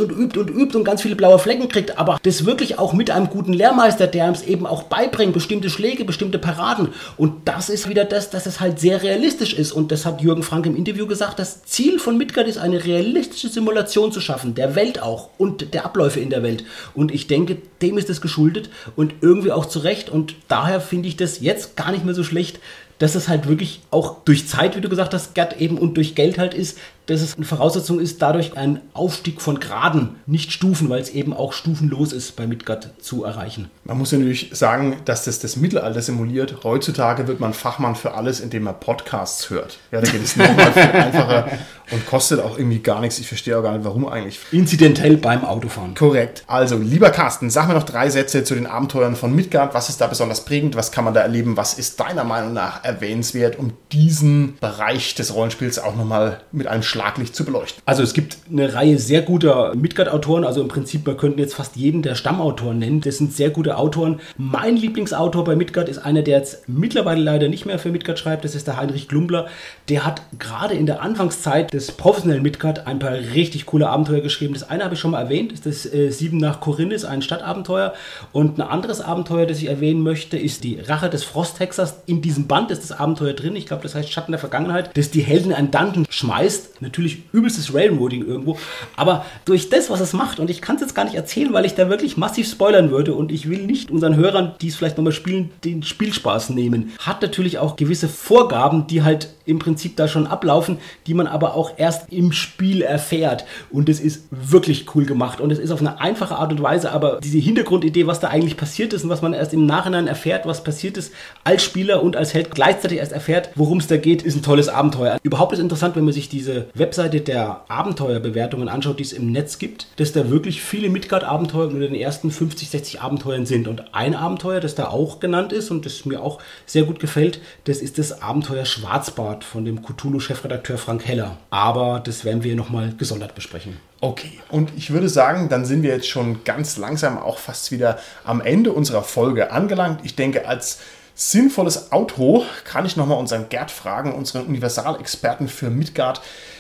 und ganz viele blaue Flecken kriegt, aber das wirklich auch mit einem guten Lehrmeister, der uns eben auch beibringt, bestimmte Schläge, bestimmte Paraden. Und das ist wieder das, dass es halt sehr realistisch ist. Und das hat Jürgen Frank im Interview gesagt, das Ziel von Midgard ist, eine realistische Simulation zu schaffen, der Welt auch und der Abläufe in der Welt. Und ich denke, dem ist es geschuldet und irgendwie auch zu Recht. Und daher finde ich das jetzt gar nicht mehr so schlecht, dass es halt wirklich auch durch Zeit, wie du gesagt hast, Gerd, eben und durch Geld halt ist, dass es eine Voraussetzung ist, dadurch ein Aufstieg von Graden, nicht Stufen, weil es eben auch stufenlos ist, bei Midgard zu erreichen. Man muss ja natürlich sagen, dass das Mittelalter simuliert. Heutzutage wird man Fachmann für alles, indem man Podcasts hört. Ja, da geht es nochmal viel einfacher und kostet auch irgendwie gar nichts. Ich verstehe auch gar nicht, warum eigentlich. Inzidentell beim Autofahren. Korrekt. Also, lieber Carsten, sag mir noch 3 Sätze zu den Abenteuern von Midgard. Was ist da besonders prägend? Was kann man da erleben? Was ist deiner Meinung nach erwähnenswert, um diesen Bereich des Rollenspiels auch nochmal mit einem Schlaglicht zu beleuchten? Also es gibt eine Reihe sehr guter Midgard-Autoren, also im Prinzip, wir könnten jetzt fast jeden der Stammautoren nennen. Das sind sehr gute Autoren. Mein Lieblingsautor bei Midgard ist einer, der jetzt mittlerweile leider nicht mehr für Midgard schreibt, das ist der Heinrich Glumbler. Der hat gerade in der Anfangszeit des professionellen Midgard ein paar richtig coole Abenteuer geschrieben. Das eine habe ich schon mal erwähnt, das ist das 7 nach Korinnes, ein Stadtabenteuer. Und ein anderes Abenteuer, das ich erwähnen möchte, ist die Rache des Frosthexers. In diesem Band ist das Abenteuer drin, ich glaube, das heißt Schatten der Vergangenheit, das die Helden in einen Dungeon schmeißt. Natürlich übelstes Railroading irgendwo, aber durch das, was es macht, und ich kann es jetzt gar nicht erzählen, weil ich da wirklich massiv spoilern würde und ich will nicht unseren Hörern, die es vielleicht nochmal spielen, den Spielspaß nehmen, hat natürlich auch gewisse Vorgaben, die halt im Prinzip da schon ablaufen, die man aber auch erst im Spiel erfährt und das ist wirklich cool gemacht und es ist auf eine einfache Art und Weise, aber diese Hintergrundidee, was da eigentlich passiert ist und was man erst im Nachhinein erfährt, was passiert ist, als Spieler und als Held gleichzeitig erst erfährt, worum es da geht, ist ein tolles Abenteuer. Überhaupt ist interessant, wenn man sich diese Webseite der Abenteuerbewertungen anschaut, die es im Netz gibt, dass da wirklich viele Midgard-Abenteuer unter den ersten 50, 60 Abenteuern sind. Und ein Abenteuer, das da auch genannt ist und das mir auch sehr gut gefällt, das ist das Abenteuer Schwarzbart von dem Cthulhu-Chefredakteur Frank Heller. Aber das werden wir nochmal gesondert besprechen. Okay, und ich würde sagen, dann sind wir jetzt schon ganz langsam auch fast wieder am Ende unserer Folge angelangt. Ich denke, als sinnvolles Outro kann ich nochmal unseren Gerd fragen, unseren Universalexperten für Midgard.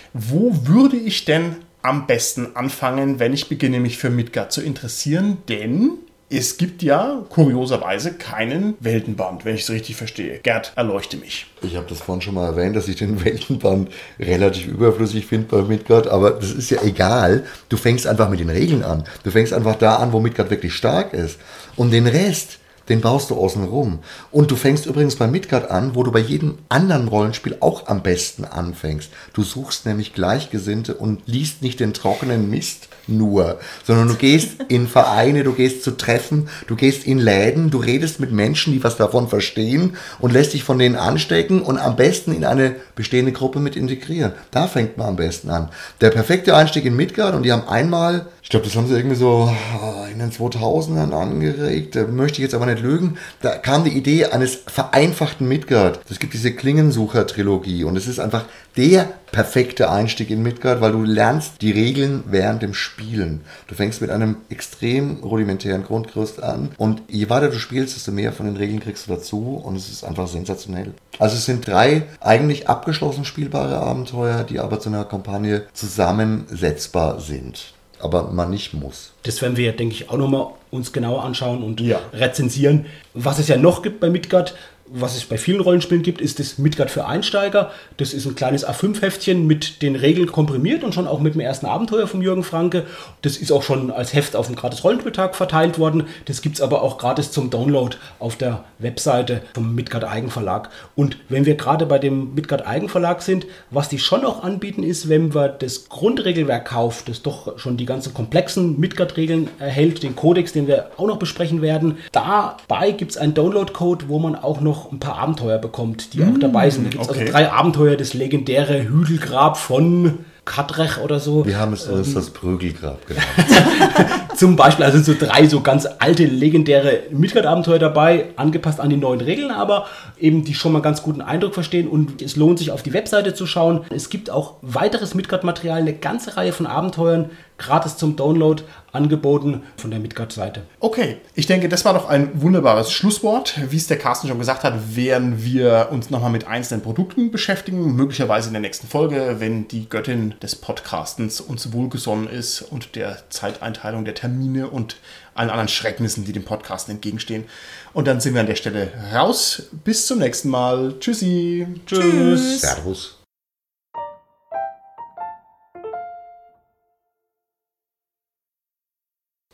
Wo würde ich denn am besten anfangen, wenn ich beginne, mich für Midgard zu interessieren? Denn es gibt ja kurioserweise keinen Weltenband, wenn ich es richtig verstehe. Gerd, erleuchte mich. Ich habe das vorhin schon mal erwähnt, dass ich den Weltenband relativ überflüssig finde bei Midgard, aber das ist ja egal. Du fängst einfach mit den Regeln an. Du fängst einfach da an, wo Midgard wirklich stark ist. Und den Rest, den baust du außen rum. Und du fängst übrigens bei Midgard an, wo du bei jedem anderen Rollenspiel auch am besten anfängst. Du suchst nämlich Gleichgesinnte und liest nicht den trockenen Mist nur, sondern du gehst in Vereine, du gehst zu Treffen, du gehst in Läden, du redest mit Menschen, die was davon verstehen und lässt dich von denen anstecken und am besten in eine bestehende Gruppe mit integrieren. Da fängt man am besten an. Der perfekte Einstieg in Midgard, und die haben einmal, ich glaube, das haben sie irgendwie so in den 2000ern angeregt, möchte ich jetzt aber nicht nicht lügen, da kam die Idee eines vereinfachten Midgard. Es gibt diese Klingensucher-Trilogie und es ist einfach der perfekte Einstieg in Midgard, weil du lernst die Regeln während dem Spielen. Du fängst mit einem extrem rudimentären Grundgerüst an und je weiter du spielst, desto mehr von den Regeln kriegst du dazu und es ist einfach sensationell. Also es sind 3 eigentlich abgeschlossen spielbare Abenteuer, die aber zu einer Kampagne zusammensetzbar sind. Aber man nicht muss. Das werden wir, denke ich, auch nochmal uns genauer anschauen und rezensieren. Was es ja noch gibt bei Midgard, was es bei vielen Rollenspielen gibt, ist das Midgard für Einsteiger. Das ist ein kleines A5-Heftchen mit den Regeln komprimiert und schon auch mit dem ersten Abenteuer von Jürgen Franke. Das ist auch schon als Heft auf dem Gratis-Rollenspieltag verteilt worden. Das gibt es aber auch gratis zum Download auf der Webseite vom Midgard Eigenverlag. Und wenn wir gerade bei dem Midgard Eigenverlag sind, was die schon auch anbieten ist, wenn wir das Grundregelwerk kaufen, das doch schon die ganzen komplexen Midgard-Regeln erhält, den Kodex, den wir auch noch besprechen werden. Dabei gibt es einen Download-Code, wo man auch noch ein paar Abenteuer bekommt, die auch dabei sind. Da gibt es also 3 Abenteuer, das legendäre Hügelgrab von Kadrech oder so. Wir haben es das Prügelgrab genannt. Zum Beispiel, also so 3 so ganz alte, legendäre Midgard-Abenteuer dabei, angepasst an die neuen Regeln, aber eben die schon mal ganz guten Eindruck verstehen und es lohnt sich auf die Webseite zu schauen. Es gibt auch weiteres Midgard-Material, eine ganze Reihe von Abenteuern, gratis zum Download angeboten von der Midgard-Seite. Okay, ich denke, das war doch ein wunderbares Schlusswort. Wie es der Carsten schon gesagt hat, werden wir uns nochmal mit einzelnen Produkten beschäftigen, möglicherweise in der nächsten Folge, wenn die Göttin des Podcastens uns wohlgesonnen ist und der Zeiteinteilung, der Termine und allen anderen Schrecknissen, die dem Podcasten entgegenstehen. Und dann sind wir an der Stelle raus. Bis zum nächsten Mal. Tschüssi. Tschüss. Servus.